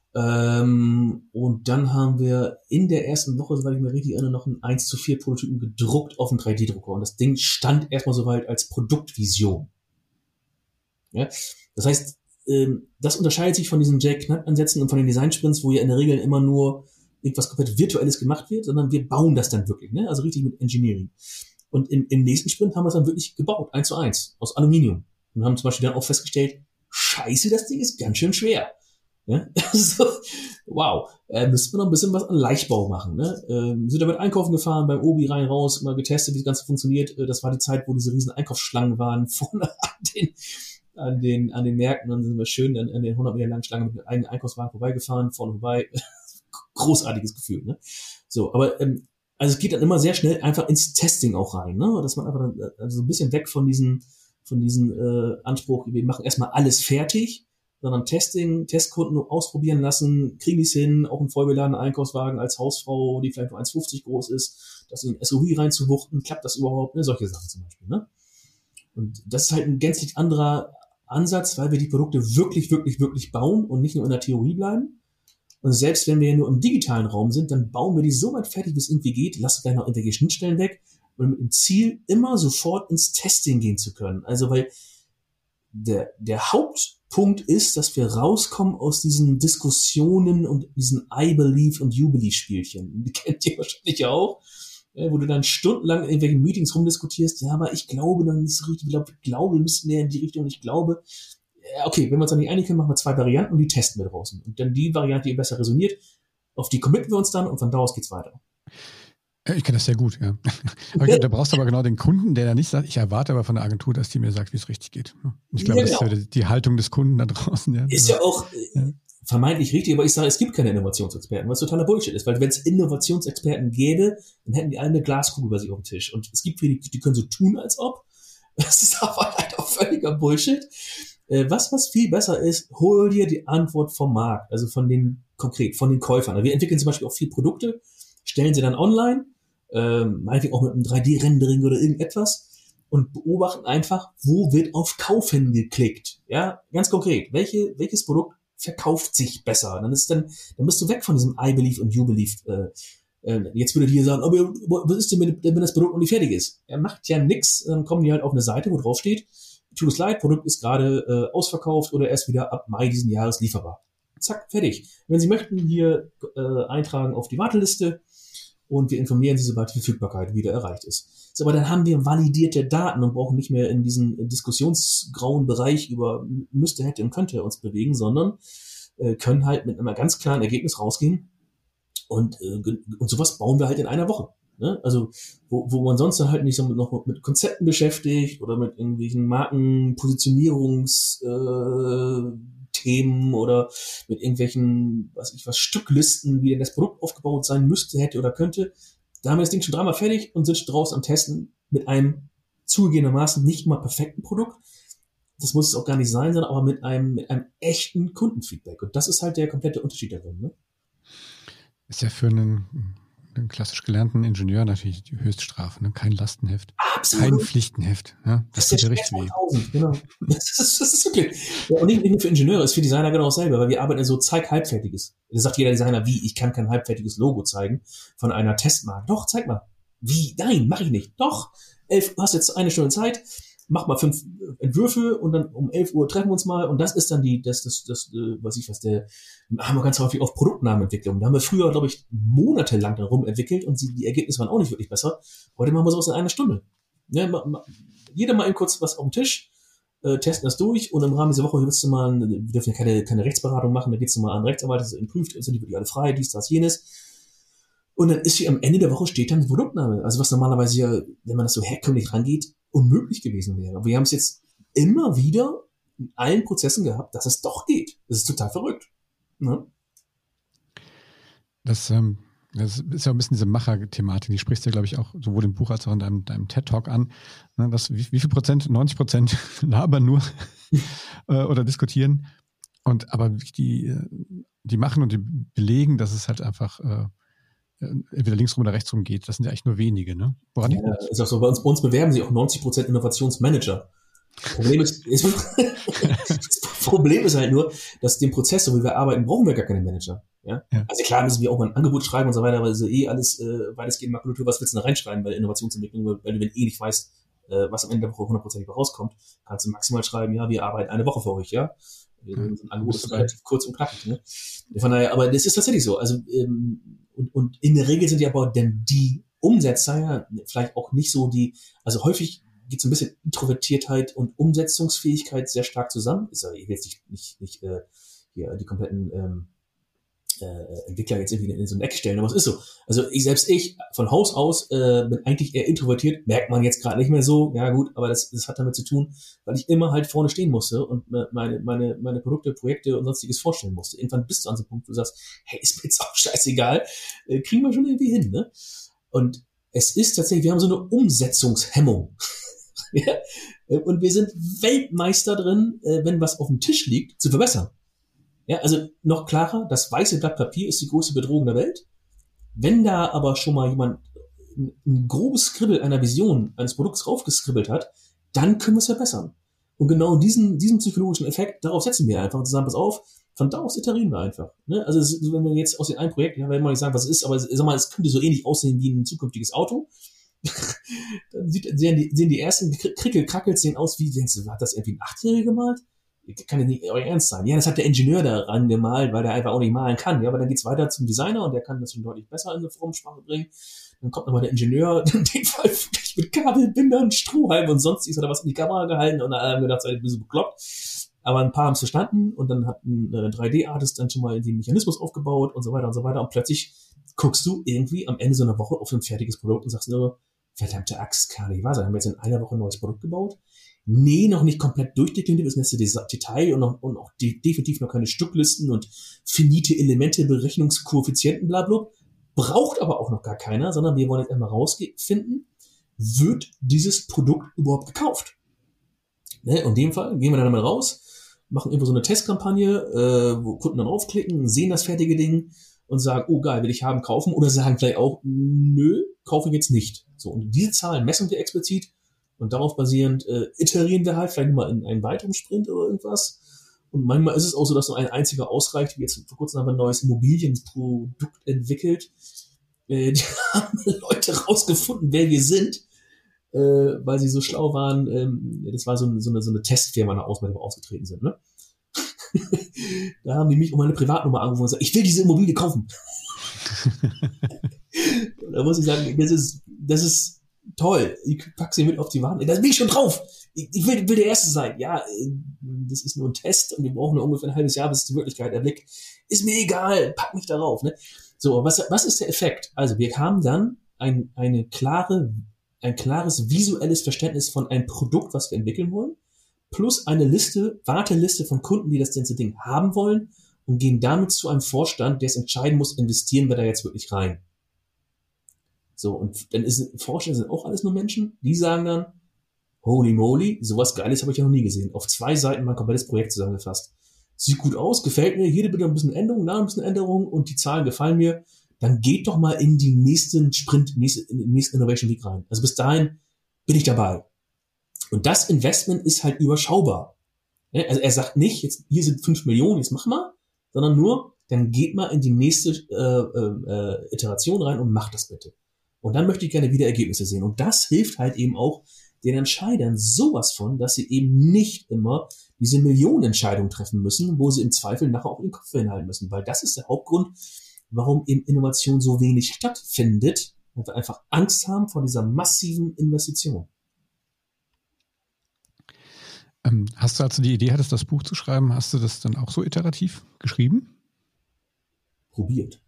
Und dann haben wir in der ersten Woche, soweit ich mir richtig erinnere, noch einen 1:4 Prototypen gedruckt auf dem 3D-Drucker. Und das Ding stand erstmal soweit als Produktvision. Ja? Das heißt, das unterscheidet sich von diesen J-Knapp-Ansätzen und von den Design-Sprints, wo ja in der Regel immer nur irgendwas komplett Virtuelles gemacht wird, sondern wir bauen das dann wirklich, ne? Also richtig mit Engineering. Und im nächsten Sprint haben wir es dann wirklich gebaut, 1:1, aus Aluminium. Und haben zum Beispiel dann auch festgestellt, scheiße, das Ding ist ganz schön schwer. Ja? Also, wow, müssen wir noch ein bisschen was an Leichtbau machen. Ne? Sind damit einkaufen gefahren, beim Obi rein, raus, mal getestet, wie das Ganze funktioniert. Das war die Zeit, wo diese riesen Einkaufsschlangen waren, vorne an den Märkten. Dann sind wir schön an den 100 Meter langen Schlangen mit einem eigenen Einkaufswagen vorbeigefahren, vorne vorbei. Großartiges Gefühl. Ne? So, aber also es geht dann immer sehr schnell einfach ins Testing auch rein, ne? Dass man einfach also so ein bisschen weg von diesen Anspruch, wir machen erstmal alles fertig, sondern Testing, Testkunden ausprobieren lassen, kriegen die es hin, auch einen vollbeladenen Einkaufswagen als Hausfrau, die vielleicht nur 1,50 groß ist, das in den SUV reinzuwuchten, klappt das überhaupt, ne? Solche Sachen zum Beispiel, ne? Und das ist halt ein gänzlich anderer Ansatz, weil wir die Produkte wirklich, wirklich, wirklich bauen und nicht nur in der Theorie bleiben. Und selbst wenn wir ja nur im digitalen Raum sind, dann bauen wir die so weit fertig, wie es irgendwie geht, lassen gleich noch irgendwelche Schnittstellen weg und mit dem Ziel, immer sofort ins Testing gehen zu können. Also weil der Hauptpunkt ist, dass wir rauskommen aus diesen Diskussionen und diesen I believe und you believe Spielchen. Die kennt ihr wahrscheinlich auch, wo du dann stundenlang in irgendwelchen Meetings rumdiskutierst, ja, aber ich glaube noch nicht so richtig, ich glaube, wir müssen mehr in die Richtung, ich glaube, okay, wenn wir uns dann nicht einig können, machen wir 2 Varianten und die testen wir draußen. Und dann die Variante, die besser resoniert, auf die committen wir uns dann und von da aus geht's weiter. Ich kenne das sehr gut, ja. Aber da brauchst du aber genau den Kunden, der da nicht sagt, ich erwarte aber von der Agentur, dass die mir sagt, wie es richtig geht. Und ich glaube, das ist ja die Haltung des Kunden da draußen. Ja. Ist ja auch vermeintlich richtig, aber ich sage, es gibt keine Innovationsexperten, was totaler Bullshit ist. Weil wenn es Innovationsexperten gäbe, dann hätten die alle eine Glaskugel bei sich auf dem Tisch. Und es gibt viele, die können so tun, als ob. Das ist aber halt auch völliger Bullshit. Was viel besser ist, hol dir die Antwort vom Markt, also von den Käufern. Also wir entwickeln zum Beispiel auch viele Produkte, stellen sie dann online, meinetwegen auch mit einem 3D-Rendering oder irgendetwas und beobachten einfach, wo wird auf Kaufen geklickt. Ja, ganz konkret, welches Produkt verkauft sich besser? Dann bist du weg von diesem I believe und you believe. Jetzt würde die hier sagen, was ist denn, wenn das Produkt noch nicht fertig ist? Er macht ja nix, dann kommen die halt auf eine Seite, wo drauf steht, tut es leid, Produkt ist gerade ausverkauft oder erst wieder ab Mai diesen Jahres lieferbar. Zack, fertig. Wenn Sie möchten, hier eintragen auf die Warteliste und wir informieren Sie, sobald die Verfügbarkeit wieder erreicht ist. So, aber dann haben wir validierte Daten und brauchen nicht mehr in diesen diskussionsgrauen Bereich über müsste, hätte und könnte uns bewegen, sondern können halt mit einem ganz klaren Ergebnis rausgehen und sowas bauen wir halt in einer Woche. Ne? Also wo man sonst dann halt nicht so noch mit Konzepten beschäftigt oder mit irgendwelchen Markenpositionierungsthemen oder mit irgendwelchen, was Stücklisten, wie denn das Produkt aufgebaut sein müsste, hätte oder könnte. Da haben wir das Ding schon 3-mal fertig und sind draußen am Testen mit einem zugegebenermaßen nicht immer perfekten Produkt. Das muss es auch gar nicht sein, sondern aber mit einem echten Kundenfeedback. Und das ist halt der komplette Unterschied darin. Ne? Ist ja für einen klassisch gelernten Ingenieur natürlich die Höchststrafe, ne? Kein Lastenheft, absolut. Kein Pflichtenheft. Ja? Das tut ja richtig weh. Genau. Das ist wirklich. Ja, und nicht nur für Ingenieure, ist für Designer genau dasselbe, weil wir arbeiten so, zeig Halbfertiges. Da sagt jeder Designer, wie, ich kann kein halbfertiges Logo zeigen von einer Testmarke. Doch, zeig mal. Wie? Nein, mach ich nicht. Doch. Hast jetzt 1 Stunde Zeit, mach mal 5 Entwürfe und dann um 11 Uhr treffen wir uns mal und das ist dann haben wir ganz häufig auf Produktnamenentwicklung. Da haben wir früher, glaube ich, monatelang darum entwickelt und die Ergebnisse waren auch nicht wirklich besser. Heute machen wir sowas in 1 Stunde. Ja, jeder mal eben kurz was auf dem Tisch, testen das durch und im Rahmen dieser Woche wir dürfen ja keine Rechtsberatung machen, da geht's mal an einen Rechtsanwalt, das ist prüft, sind die wirklich alle frei, dies, das, jenes. Und dann ist hier am Ende der Woche steht dann die Produktname. Also was normalerweise ja, wenn man das so herkömmlich rangeht, unmöglich gewesen wäre. Aber wir haben es jetzt immer wieder in allen Prozessen gehabt, dass es doch geht. Das ist total verrückt. Ja. Das ist ja ein bisschen diese Macher-Thematik, die sprichst du ja, glaube ich, auch sowohl im Buch als auch in deinem TED-Talk an. Ne, wie viel Prozent? 90% labern nur oder diskutieren. Aber die machen und die belegen, dass es halt einfach entweder linksrum oder rechtsrum geht. Das sind ja eigentlich nur wenige. Ne? Woran liegt das? Ist auch so, bei uns bewerben sich auch 90% Innovationsmanager. Problem ist halt nur, dass den Prozess, so wie wir arbeiten, brauchen wir gar keine Manager. Ja? Also klar müssen wir auch mal ein Angebot schreiben und so weiter, aber das ist alles weitestgehend Makulatur. Was willst du da reinschreiben bei der Innovationsentwicklung? Weil du, wenn nicht weißt, was am Ende der Woche 100% rauskommt, kannst du maximal schreiben, ja, wir arbeiten eine Woche für euch, ja. Ein Angebot ist relativ kurz und knackig. Ne? Von daher, aber das ist tatsächlich so. Also und in der Regel sind ja aber denn die Umsetzer ja vielleicht auch nicht so also häufig geht so ein bisschen Introvertiertheit und Umsetzungsfähigkeit sehr stark zusammen. Ich will jetzt nicht hier die kompletten Entwickler jetzt irgendwie in so ein Eck stellen, aber es ist so. Also ich von Haus aus bin eigentlich eher introvertiert, merkt man jetzt gerade nicht mehr so, ja gut, aber das hat damit zu tun, weil ich immer halt vorne stehen musste und meine Produkte, Projekte und sonstiges vorstellen musste. Irgendwann bist du an so einem Punkt, wo du sagst, hey, ist mir jetzt auch scheißegal, kriegen wir schon irgendwie hin, ne? Und es ist tatsächlich, wir haben so eine Umsetzungshemmung. Ja? Und wir sind Weltmeister drin, wenn was auf dem Tisch liegt, zu verbessern. Ja, also noch klarer, das weiße Blatt Papier ist die größte Bedrohung der Welt. Wenn da aber schon mal jemand ein grobes Skribbel einer Vision eines Produkts raufgeskribbelt hat, dann können wir es verbessern. Und genau diesen psychologischen Effekt, darauf setzen wir einfach und sagen, pass auf, von da aus iterieren wir einfach. Ne? Also wenn wir jetzt aus dem einen Projekt, ja, werden wir nicht sagen, was es ist, aber sag mal, es könnte so ähnlich aussehen wie ein zukünftiges Auto. Dann sehen die ersten Krickel-Krackels sehen aus, wie denkst du, hat das irgendwie ein 8-Jähriger gemalt? Kann ja nicht euer Ernst sein. Ja, das hat der Ingenieur daran gemalt, weil der einfach auch nicht malen kann. Ja, aber dann geht's weiter zum Designer und der kann das schon deutlich besser in eine Formensprache bringen. Dann kommt nochmal der Ingenieur, in dem Fall wirklich mit Kabelbindern, Strohhalmen und sonstiges hat er was in die Kamera gehalten und alle haben gedacht, seid ein bisschen bekloppt. Aber ein paar haben es verstanden und dann hat ein 3D-Artist dann schon mal den Mechanismus aufgebaut und so weiter und so weiter. Und plötzlich guckst du irgendwie am Ende so einer Woche auf ein fertiges Produkt und sagst nur, verdammte Axt, kann nicht wahr sein. Haben wir jetzt in einer Woche ein neues Produkt gebaut? Nee, noch nicht komplett durchdekliniert, das letzte Detail und auch definitiv noch keine Stücklisten und finite Elemente, Berechnungskoeffizienten, blablabla. Braucht aber auch noch gar keiner, sondern wir wollen jetzt einmal rausfinden, wird dieses Produkt überhaupt gekauft? Ne? Und in dem Fall gehen wir dann mal raus, machen irgendwo so eine Testkampagne, wo Kunden dann aufklicken, sehen das fertige Ding und sagen, oh geil, will ich haben, kaufen, oder sagen vielleicht auch, nö, kaufe ich jetzt nicht. So, und diese Zahlen messen wir explizit. Und darauf basierend iterieren wir halt vielleicht mal in einen weiteren Sprint oder irgendwas. Und manchmal ist es auch so, dass nur ein einziger ausreicht. Wie jetzt vor kurzem haben wir ein neues Immobilienprodukt entwickelt. Die haben Leute rausgefunden, wer wir sind, weil sie so schlau waren. Das war so eine Testfirma nach außen, bei der wir ausgetreten sind. Ne? Da haben die mich um meine Privatnummer angerufen und gesagt, ich will diese Immobilie kaufen. Da muss ich sagen, das ist toll, ich pack sie mit auf die Waage. Da bin ich schon drauf. Ich will der Erste sein. Ja, das ist nur ein Test und wir brauchen nur ungefähr ein halbes Jahr, bis die Wirklichkeit erblickt. Ist mir egal, pack mich darauf. Ne? So, was ist der Effekt? Also wir haben dann ein klares visuelles Verständnis von einem Produkt, was wir entwickeln wollen, plus eine Warteliste von Kunden, die das ganze Ding haben wollen und gehen damit zu einem Vorstand, der es entscheiden muss, investieren wir da jetzt wirklich rein. So, und dann Forscher sind auch alles nur Menschen, die sagen dann, holy moly, sowas Geiles habe ich ja noch nie gesehen. Auf 2 Seiten mein komplettes Projekt zusammengefasst. Sieht gut aus, gefällt mir, hier bitte ein bisschen Änderung, da ein bisschen Änderung und die Zahlen gefallen mir. Dann geht doch mal in den nächsten Sprint, in den nächsten Innovation Week rein. Also bis dahin bin ich dabei. Und das Investment ist halt überschaubar. Also er sagt nicht, jetzt hier sind 5 Millionen, jetzt mach mal, sondern nur, dann geht mal in die nächste Iteration rein und macht das bitte. Und dann möchte ich gerne wieder Ergebnisse sehen. Und das hilft halt eben auch den Entscheidern sowas von, dass sie eben nicht immer diese Millionenentscheidung treffen müssen, wo sie im Zweifel nachher auch den Kopf hinhalten müssen. Weil das ist der Hauptgrund, warum eben Innovation so wenig stattfindet, weil wir einfach Angst haben vor dieser massiven Investition. Hast du, als du die Idee hattest, das Buch zu schreiben, hast du das dann auch so iterativ geschrieben? Probiert.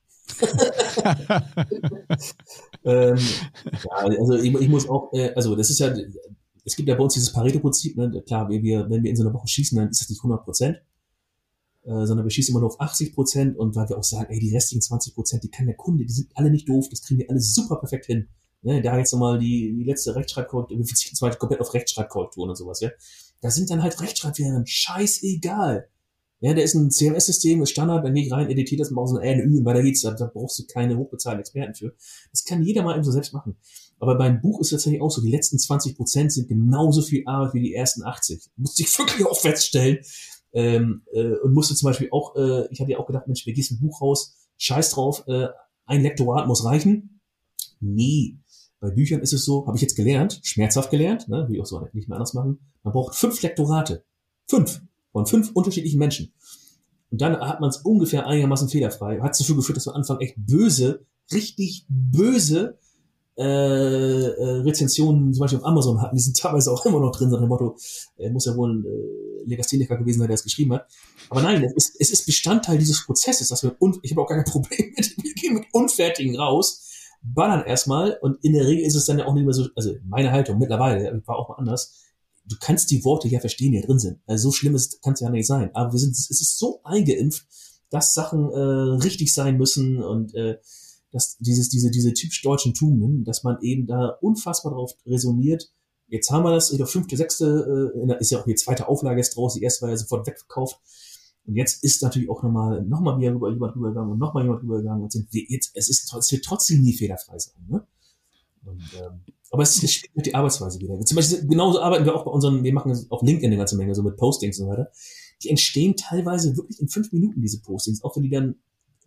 Ja, also ich muss auch, also das ist ja, es gibt ja bei uns dieses Pareto-Prinzip, ne? Klar, wenn wir in so einer Woche schießen, dann ist das nicht 100%. sondern wir schießen immer nur auf 80% und weil wir auch sagen, ey, die restlichen 20%, die kann der Kunde, die sind alle nicht doof, das kriegen wir alle super perfekt hin. Ne, da jetzt nochmal die letzte Rechtschreibkorrektur, wir verzichten zum Beispiel komplett auf Rechtschreibkorrekturen und sowas, ja. Da sind dann halt Rechtschreibfehler, scheißegal. Ja, da ist ein CMS-System, ist Standard, dann gehe ich rein, editiere das mal aus ein Ü und weiter geht's, da brauchst du keine hochbezahlten Experten für. Das kann jeder mal eben so selbst machen. Aber beim Buch ist es tatsächlich auch so, die letzten 20% sind genauso viel Arbeit wie die ersten 80. Musste ich wirklich auch feststellen. Und musste zum Beispiel auch, ich hatte ja auch gedacht, Mensch, wir gießen ein Buch raus, scheiß drauf, ein Lektorat muss reichen. Nee, bei Büchern ist es so, habe ich jetzt gelernt, schmerzhaft gelernt, ne, will ich auch so nicht mehr anders machen, man braucht 5 Lektorate. 5 von 5 unterschiedlichen Menschen. Und dann hat man es ungefähr einigermaßen fehlerfrei. Hat dafür geführt, dass wir am Anfang echt böse, richtig böse Rezensionen zum Beispiel auf Amazon hatten, die sind teilweise auch immer noch drin, nach dem Motto, muss ja wohl ein Legastheniker gewesen sein, der es geschrieben hat. Aber nein, es ist Bestandteil dieses Prozesses, dass wir, und ich habe auch gar kein Problem mit, wir gehen mit Unfertigen raus, ballern erstmal und in der Regel ist es dann ja auch nicht mehr so, also meine Haltung mittlerweile, war auch mal anders, du kannst die Worte ja verstehen, die da drin sind. Also so schlimm kann es ja nicht sein. Aber es ist so eingeimpft, dass Sachen richtig sein müssen und dass diese typisch deutschen Tugenden, dass man eben da unfassbar drauf resoniert. Jetzt haben wir das, in der 5., 6., ist ja auch die 2. Auflage jetzt draus, die erste war ja sofort wegverkauft. Und jetzt ist natürlich auch nochmal wieder jemand rübergegangen und nochmal jemand rübergegangen und es wird trotzdem nie fehlerfrei sein, ne? Und, aber es spielt mit die Arbeitsweise wieder. Zum Beispiel, genauso arbeiten wir auch bei unseren, wir machen auf LinkedIn eine ganze Menge, so mit Postings und so weiter. Die entstehen teilweise wirklich in 5 Minuten, diese Postings, auch wenn die dann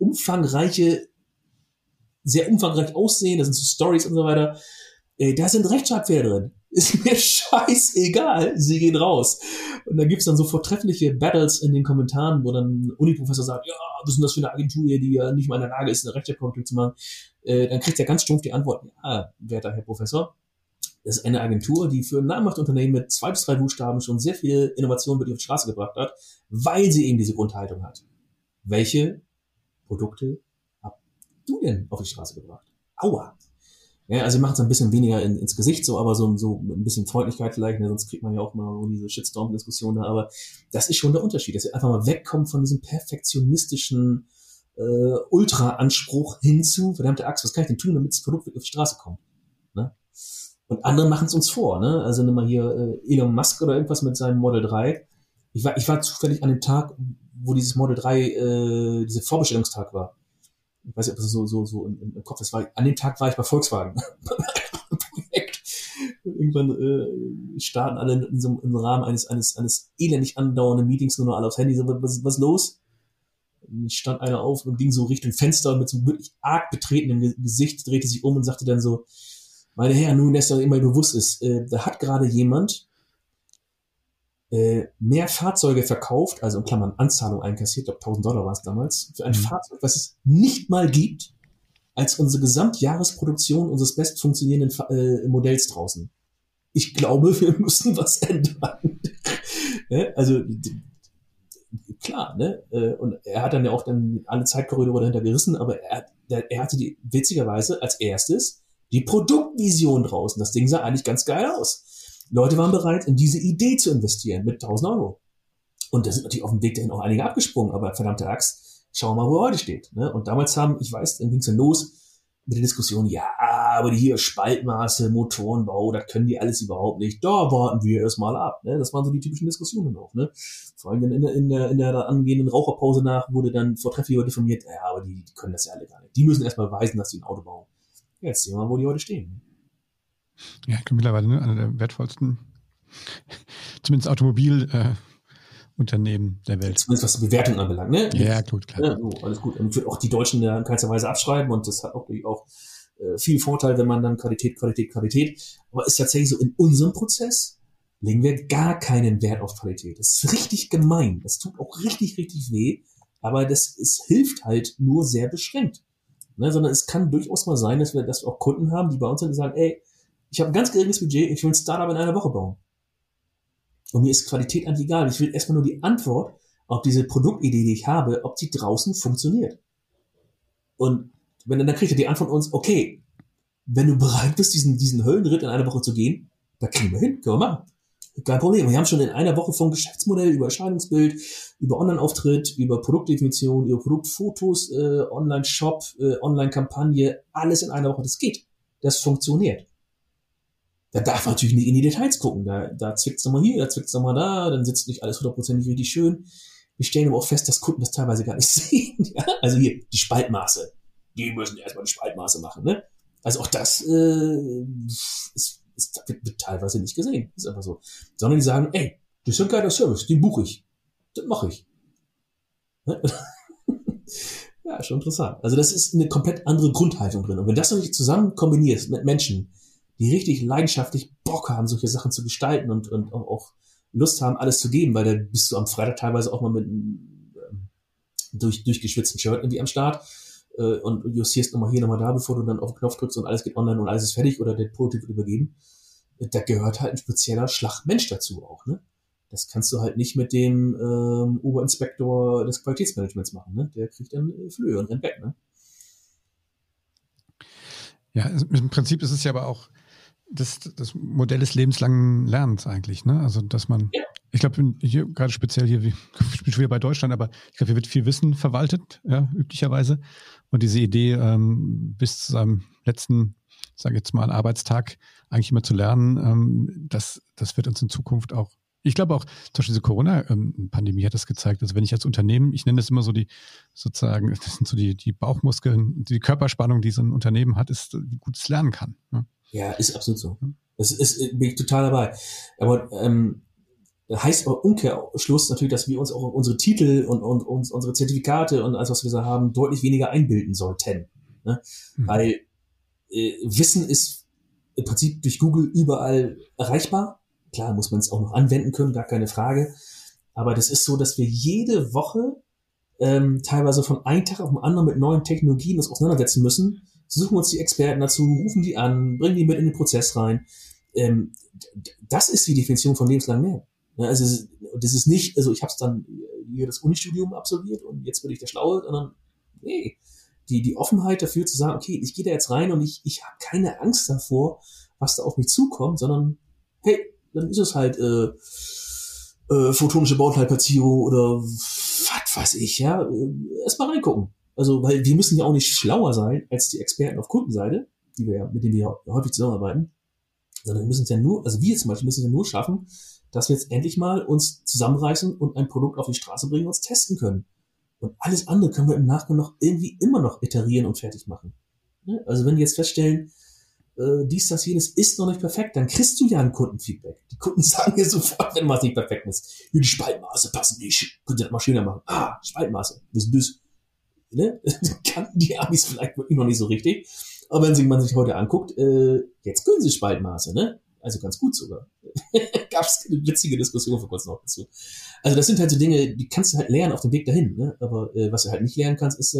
sehr umfangreich aussehen, da sind so Stories und so weiter. Da sind Rechtschreibfehler drin. Ist mir scheißegal, sie gehen raus. Und dann gibt's dann so vortreffliche Battles in den Kommentaren, wo dann ein Uniprofessor sagt, ja, was ist denn das für eine Agentur hier, die ja nicht mal in der Lage ist, eine Rechtschreibkorrektur zu machen. Dann kriegt er ganz stumpf die Antwort, ja, werter Herr Professor, das ist eine Agentur, die für ein namhaftes Unternehmen mit 2 bis 3 Buchstaben schon sehr viel Innovation mit auf die Straße gebracht hat, weil sie eben diese Grundhaltung hat. Welche Produkte habt du denn auf die Straße gebracht? Aua! Ja, also wir machen es ein bisschen weniger ins Gesicht, so, aber so ein bisschen Freundlichkeit vielleicht, ne, sonst kriegt man ja auch mal so diese Shitstorm-Diskussion da, aber das ist schon der Unterschied, dass wir einfach mal wegkommen von diesem perfektionistischen Ultra-Anspruch hin zu, verdammte Axt, was kann ich denn tun, damit das Produkt wirklich auf die Straße kommt? Ne? Und andere machen es uns vor, ne? Also nimm mal hier Elon Musk oder irgendwas mit seinem Model 3. Ich war zufällig an dem Tag, wo dieses Model 3, dieser Vorbestellungstag war. Ich weiß nicht, ob das so im Kopf ist. An dem Tag war ich bei Volkswagen. Projekt. Und irgendwann starten alle im Rahmen eines elendig andauernden Meetings nur noch alle aufs Handy. So, was los? Und stand einer auf und ging so Richtung Fenster mit so wirklich arg betretenem Gesicht, drehte sich um und sagte dann so, meine Herren, nun, dass da immer bewusst ist, da hat gerade jemand mehr Fahrzeuge verkauft, also in Klammern Anzahlung einkassiert, ich glaube $1.000 war es damals, für ein Fahrzeug, was es nicht mal gibt, als unsere Gesamtjahresproduktion unseres best funktionierenden Modells draußen. Ich glaube, wir müssen was ändern. Also klar, ne? Und er hat dann ja auch dann alle Zeitkorridore dahinter gerissen, aber er hatte witzigerweise als erstes die Produktvision draußen. Das Ding sah eigentlich ganz geil aus. Leute waren bereit, in diese Idee zu investieren mit 1.000 Euro. Und da sind natürlich auf dem Weg dahin auch einige abgesprungen, aber verdammte Axt, schauen wir mal, wo er heute steht. Ne? Und damals dann ging es dann los mit der Diskussion, ja, aber die hier Spaltmaße, Motorenbau, das können die alles überhaupt nicht. Da warten wir erstmal ab. Ne? Das waren so die typischen Diskussionen auch. Ne? Vor allem in der angehenden Raucherpause nach wurde dann vortrefflich diffamiert, ja, aber die können das ja alle gar nicht. Die müssen erstmal beweisen, dass sie ein Auto bauen. Ja, jetzt sehen wir mal, wo die heute stehen. Ja, ich glaube mittlerweile einer der wertvollsten, zumindest Automobilunternehmen der Welt. Zumindest was die Bewertung anbelangt, ne? Ja, gut, klar. Ja, so, alles gut. Und ich würde auch die Deutschen in keinster Weise abschreiben und das hat auch viel Vorteil, wenn man dann Qualität. Aber ist tatsächlich so, in unserem Prozess legen wir gar keinen Wert auf Qualität. Das ist richtig gemein. Das tut auch richtig, richtig weh. Aber es hilft halt nur sehr beschränkt. Ne? Sondern es kann durchaus mal sein, dass wir auch Kunden haben, die bei uns sind und sagen, ey, ich habe ein ganz geringes Budget, ich will ein Startup in einer Woche bauen. Und mir ist Qualität eigentlich egal. Ich will erstmal nur die Antwort auf diese Produktidee, die ich habe, ob die draußen funktioniert. Und dann kriegt er die Antwort von uns, okay, wenn du bereit bist, diesen Höllenritt in einer Woche zu gehen, da kriegen wir hin, können wir machen. Kein Problem. Wir haben schon in einer Woche vom Geschäftsmodell über Erscheinungsbild, über Online-Auftritt, über Produktdefinition, über Produktfotos, Online-Shop, Online-Kampagne, alles in einer Woche. Das geht. Das funktioniert. Da darf man natürlich nicht in die Details gucken. Da zwickt's nochmal hier, da zwickt's nochmal da, dann sitzt nicht alles 100% richtig schön. Wir stellen aber auch fest, dass Kunden das teilweise gar nicht sehen. Ja? Also hier, die Spaltmaße. Die müssen erstmal die Spaltmaße machen, ne? Also auch das wird teilweise nicht gesehen. Ist einfach so. Sondern die sagen, ey, das ist ein geiler Service, den buche ich. Das mache ich. Ne? Ja, schon interessant. Also das ist eine komplett andere Grundhaltung drin. Und wenn das noch nicht zusammen kombinierst mit Menschen, die richtig leidenschaftlich Bock haben, solche Sachen zu gestalten und auch Lust haben, alles zu geben, weil da bist du am Freitag teilweise auch mal mit einem durchgeschwitzten Shirt irgendwie am Start und justierst nochmal hier, nochmal da, bevor du dann auf den Knopf drückst und alles geht online und alles ist fertig oder der Prototyp wird übergeben. Da gehört halt ein spezieller Schlag Mensch dazu auch, ne? Das kannst du halt nicht mit dem Oberinspektor des Qualitätsmanagements machen, ne? Der kriegt dann Flöhe und rennt weg, ne? Ja, im Prinzip ist es ja aber auch das Modell des lebenslangen Lernens eigentlich, ne? Also, dass man, ich glaube, hier gerade speziell hier, ich bin schon wieder bei Deutschland, aber ich glaube, hier wird viel Wissen verwaltet, ja, üblicherweise. Und diese Idee, bis zu seinem letzten, sage ich jetzt mal, Arbeitstag eigentlich immer zu lernen, das wird uns in Zukunft auch, ich glaube auch, zum Beispiel diese Corona-Pandemie hat das gezeigt. Also wenn ich als Unternehmen, ich nenne das immer so das sind so die Bauchmuskeln, die Körperspannung, die so ein Unternehmen hat, ist, wie gut es lernen kann. Ne? Ja, ist absolut so. Bin ich total dabei. Aber heißt aber Umkehrschluss natürlich, dass wir uns auch unsere Titel und unsere Zertifikate und alles, was wir so haben, deutlich weniger einbilden sollten. Ne? Weil Wissen ist im Prinzip durch Google überall erreichbar. Klar, muss man es auch noch anwenden können, gar keine Frage. Aber das ist so, dass wir jede Woche teilweise von einem Tag auf den anderen mit neuen Technologien uns auseinandersetzen müssen, suchen uns die Experten dazu, rufen die an, bringen die mit in den Prozess rein. Das ist die Definition von lebenslang Lernen. Ja, also das ist nicht, also ich habe es dann hier das Unistudium absolviert und jetzt bin ich der Schlaue, sondern nee, die Offenheit dafür zu sagen, okay, ich gehe da jetzt rein und ich habe keine Angst davor, was da auf mich zukommt, sondern hey, dann ist es halt photonische Bauteilplatzierung oder was weiß ich, ja, erst mal reingucken. Also, weil wir müssen ja auch nicht schlauer sein als die Experten auf Kundenseite, mit denen wir häufig zusammenarbeiten, sondern wir müssen es ja nur, also wir zum Beispiel müssen es ja nur schaffen, dass wir jetzt endlich mal uns zusammenreißen und ein Produkt auf die Straße bringen und uns testen können. Und alles andere können wir im Nachgang noch irgendwie immer noch iterieren und fertig machen. Also wenn wir jetzt feststellen, dies, das, jenes ist noch nicht perfekt, dann kriegst du ja ein Kundenfeedback. Die Kunden sagen dir sofort, wenn was nicht perfekt ist. Die Spaltmaße passen nicht. Könnt ihr das mal schöner machen. Spaltmaße. Das. Ne? Kannten die Amis vielleicht wirklich noch nicht so richtig. Aber wenn man sich heute anguckt, jetzt können sie Spaltmaße, ne? Also ganz gut sogar. Gab es eine witzige Diskussion vor kurzem noch dazu. Also das sind halt so Dinge, die kannst du halt lernen auf dem Weg dahin, ne? Aber was du halt nicht lernen kannst, ist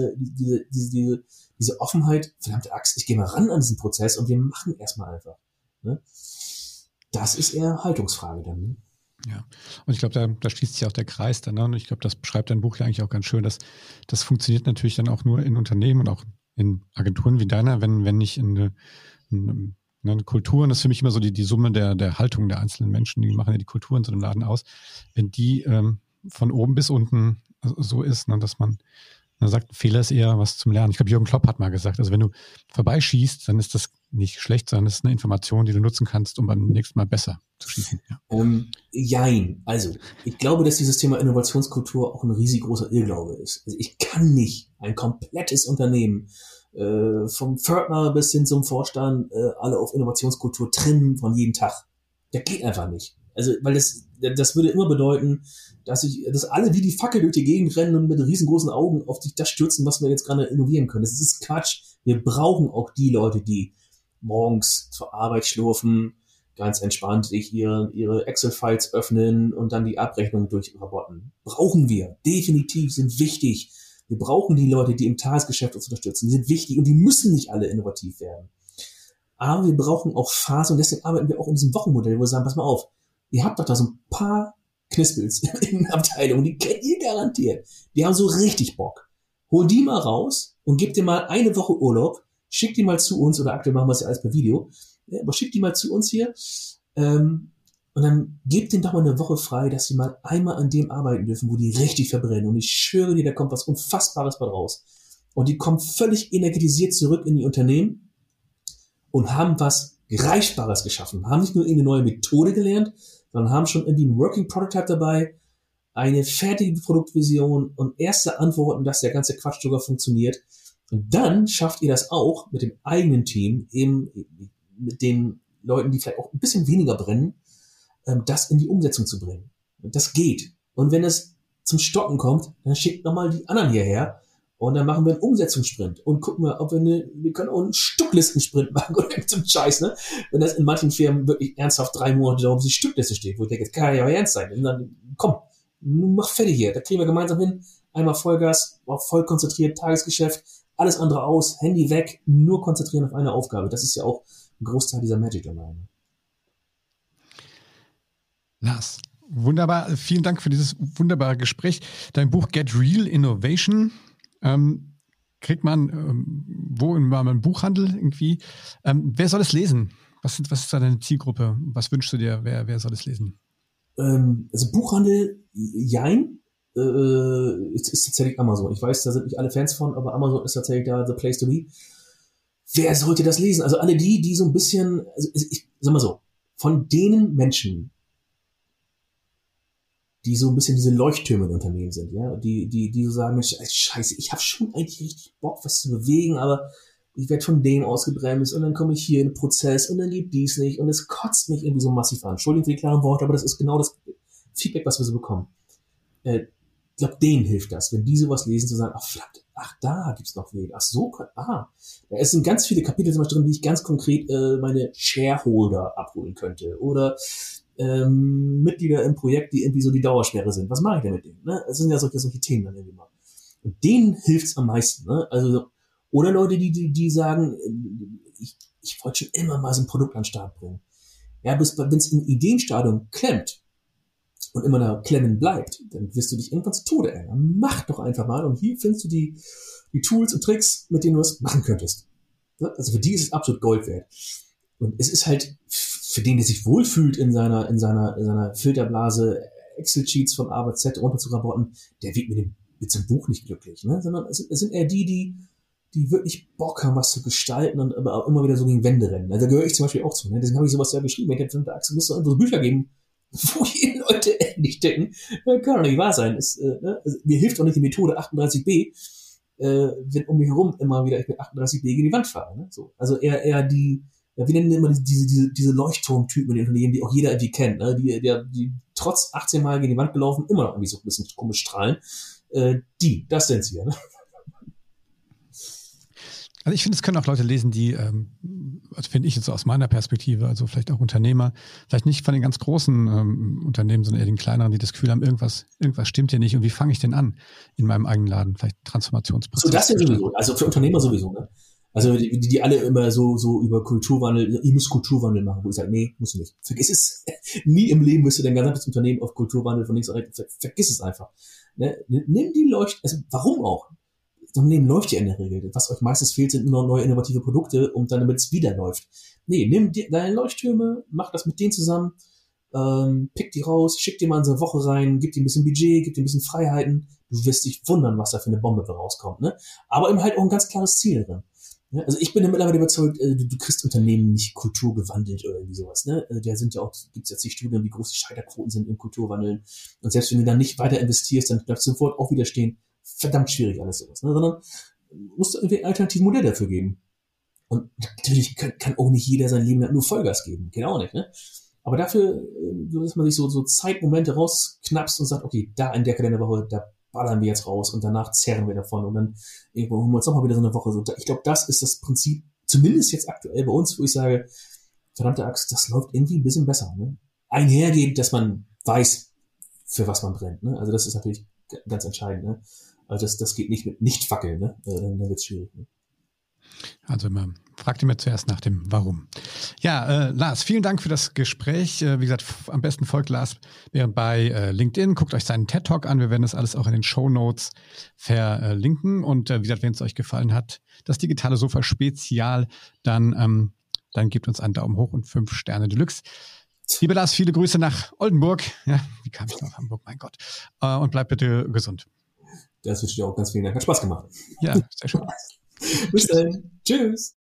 diese Offenheit, verdammte Axt, ich gehe mal ran an diesen Prozess und wir machen erstmal einfach. Ne? Das ist eher Haltungsfrage dann. Ne? Ja, und ich glaube, da schließt sich auch der Kreis dann. Ne? Und ich glaube, das beschreibt dein Buch ja eigentlich auch ganz schön, dass das funktioniert natürlich dann auch nur in Unternehmen und auch in Agenturen wie deiner, wenn nicht in eine Kultur, und das ist für mich immer so die Summe der Haltung der einzelnen Menschen, die machen ja die Kultur in so einem Laden aus, wenn die von oben bis unten so ist, ne, dass man sagt, Fehler ist eher was zum Lernen. Ich glaube, Jürgen Klopp hat mal gesagt, also wenn du vorbeischießt, dann ist das nicht schlecht, sondern das ist eine Information, die du nutzen kannst, um beim nächsten Mal besser zu schießen. Ja. Jein. Also, ich glaube, dass dieses Thema Innovationskultur auch ein riesengroßer Irrglaube ist. Also ich kann nicht ein komplettes Unternehmen vom Pförtner bis hin zum Vorstand alle auf Innovationskultur trimmen von jedem Tag. Das geht einfach nicht. Also, weil das würde immer bedeuten, dass alle wie die Fackel durch die Gegend rennen und mit riesengroßen Augen auf das stürzen, was wir jetzt gerade innovieren können. Das ist Quatsch. Wir brauchen auch die Leute, die morgens zur Arbeit schlurfen, ganz entspannt sich ihre Excel-Files öffnen und dann die Abrechnung durchrabotten. Brauchen wir. Definitiv, sind wichtig. Wir brauchen die Leute, die im Tagesgeschäft uns unterstützen. Die sind wichtig und die müssen nicht alle innovativ werden. Aber wir brauchen auch Phasen und deswegen arbeiten wir auch in diesem Wochenmodell, wo wir sagen, pass mal auf, ihr habt doch da so ein paar Knispels in der Abteilung, die kennt ihr garantiert. Die haben so richtig Bock. Hol die mal raus und gib dir mal eine Woche Urlaub, schick die mal zu uns, oder aktuell machen wir es ja alles per Video, aber schick die mal zu uns hier und Und dann gebt denen doch mal eine Woche frei, dass sie mal einmal an dem arbeiten dürfen, wo die richtig verbrennen. Und ich schwöre dir, da kommt was Unfassbares bei raus. Und die kommen völlig energetisiert zurück in die Unternehmen und haben was Greifbares geschaffen. Haben nicht nur eine neue Methode gelernt, sondern haben schon irgendwie ein Working Prototype dabei, eine fertige Produktvision und erste Antworten, dass der ganze Quatsch sogar funktioniert. Und dann schafft ihr das auch mit dem eigenen Team, eben mit den Leuten, die vielleicht auch ein bisschen weniger brennen, das in die Umsetzung zu bringen. Und das geht. Und wenn es zum Stocken kommt, dann schickt nochmal die anderen hierher und dann machen wir einen Umsetzungssprint und gucken wir, ob wir können auch einen Stücklistensprint machen oder zum Scheiß, ne? Wenn das in manchen Firmen wirklich ernsthaft 3 Monate dauert, bis die Stückliste steht, wo ich denke, das kann ja auch ernst sein. Und dann, komm, mach fertig hier. Da kriegen wir gemeinsam hin. Einmal Vollgas, voll konzentriert, Tagesgeschäft, alles andere aus, Handy weg, nur konzentrieren auf eine Aufgabe. Das ist ja auch ein Großteil dieser Magic online. Lars, wunderbar. Vielen Dank für dieses wunderbare Gespräch. Dein Buch Get Real Innovation kriegt man wo in einem Buchhandel irgendwie. Wer soll es lesen? Was ist da deine Zielgruppe? Was wünschst du dir? Wer soll es lesen? Also Buchhandel, jein. Ist tatsächlich Amazon. Ich weiß, da sind nicht alle Fans von, aber Amazon ist tatsächlich da the place to be. Wer sollte das lesen? Also alle die so ein bisschen, also ich sag mal so, von denen Menschen, die so ein bisschen diese Leuchttürme in Unternehmen sind, ja, die so sagen, Mensch, scheiße, ich habe schon eigentlich richtig Bock, was zu bewegen, aber ich werde von dem ausgebremst und dann komme ich hier in den Prozess und dann geht dies nicht und es kotzt mich irgendwie so massiv an. Entschuldigung für die klaren Worte, aber das ist genau das Feedback, was wir so bekommen. Ich glaube, denen hilft das, wenn die sowas lesen, zu sagen, da gibt's noch Wege, da sind ganz viele Kapitel zum Beispiel drin, wie ich ganz konkret meine Shareholder abholen könnte oder Mitglieder im Projekt, die irgendwie so die Dauersperre sind. Was mache ich denn mit denen? Ne? Das sind ja solche Themen dann irgendwie mal. Und denen hilft's am meisten. Ne? Also, oder Leute, die sagen, ich wollte schon immer mal so ein Produkt an den Start bringen. Ja, wenn es im Ideenstadium klemmt und immer da klemmen bleibt, dann wirst du dich irgendwann zu Tode ärgern. Mach doch einfach mal. Und hier findest du die Tools und Tricks, mit denen du es machen könntest. Ne? Also für die ist es absolut Gold wert. Und es ist halt für den, der sich wohlfühlt in seiner Filterblase, Excel-Sheets von A bis Z runter zu rabotten, der wird mit so einem Buch nicht glücklich, ne? Sondern es sind eher die wirklich Bock haben, was zu gestalten und aber auch immer wieder so gegen Wände rennen. Also da gehöre ich zum Beispiel auch zu, ne? Deswegen habe ich sowas ja geschrieben. Ich habe Axel, muss doch einfach so Bücher geben, wo die Leute nicht denken, kann doch nicht wahr sein. Also, mir hilft auch nicht die Methode 38b, wenn um mich herum immer wieder ich mit 38b gegen die Wand fahre, ne? So. Also eher die, wir nennen immer diese Leuchtturmtypen in den Unternehmen, die auch jeder irgendwie kennt, ne? Die trotz 18 Mal gegen die Wand gelaufen, immer noch irgendwie so ein bisschen komisch strahlen. Das sind sie, ne? Also ich finde, es können auch Leute lesen, die, also finde ich jetzt so aus meiner Perspektive, also vielleicht auch Unternehmer, vielleicht nicht von den ganz großen Unternehmen, sondern eher den kleineren, die das Gefühl haben, irgendwas stimmt hier nicht und wie fange ich denn an in meinem eigenen Laden, vielleicht Transformationsprozess. So, das ja sowieso, also für Unternehmer sowieso, ne? Also die alle immer so über Kulturwandel, ihr müsst Kulturwandel machen, wo ich sage, nee, musst du nicht. Vergiss es. Nie im Leben wirst du dein gesamtes Unternehmen auf Kulturwandel von links nach rechts, vergiss es einfach. Ne? Nimm die also warum auch? Das Unternehmen läuft ja in der Regel. Was euch meistens fehlt, sind nur neue innovative Produkte, damit es wieder läuft. Nee, nimm deine Leuchttürme, mach das mit denen zusammen, pick die raus, schick die mal in so eine Woche rein, gib dir ein bisschen Budget, gib dir ein bisschen Freiheiten. Du wirst dich wundern, was da für eine Bombe rauskommt, ne? Aber eben halt auch ein ganz klares Ziel drin. Ja, also ich bin ja mittlerweile überzeugt, du kriegst Unternehmen nicht kulturgewandelt oder irgendwie sowas, ne? Gibt's jetzt die Studien, wie groß die Scheiterquoten sind im Kulturwandeln. Und selbst wenn du dann nicht weiter investierst, dann bleibst du sofort auch wieder stehen. Verdammt schwierig alles sowas, ne? Sondern musst du irgendwie ein alternatives Modell dafür geben. Und natürlich kann auch nicht jeder sein Leben lang nur Vollgas geben. Geht auch nicht, ne? Aber dafür, dass man sich so Zeitmomente rausknapst und sagt, okay, da in der Kalenderwoche, da ballern wir jetzt raus und danach zerren wir davon und dann irgendwo holen wir uns nochmal wieder so eine Woche. So, ich glaube, das ist das Prinzip, zumindest jetzt aktuell bei uns, wo ich sage, verdammte Axt, das läuft irgendwie ein bisschen besser, ne? Einhergehend, dass man weiß, für was man brennt, ne? Also das ist natürlich ganz entscheidend, ne? Also das geht nicht mit Nicht-Fackeln, ne? Dann wird's schwierig, ne? Also fragt ihr mir zuerst nach dem Warum. Ja, Lars, vielen Dank für das Gespräch. Wie gesagt, am besten folgt Lars bei LinkedIn. Guckt euch seinen TED-Talk an. Wir werden das alles auch in den Shownotes verlinken. Und wie gesagt, wenn es euch gefallen hat, das digitale Sofa Spezial, dann gebt uns einen Daumen hoch und 5 Sterne Deluxe. Lieber Lars, viele Grüße nach Oldenburg. Ja, wie kam ich nach Hamburg? Mein Gott. Und bleib bitte gesund. Das wünsche ich dir auch ganz vielen Dank. Hat Spaß gemacht. Ja, sehr schön. Bis dann. Tschüss.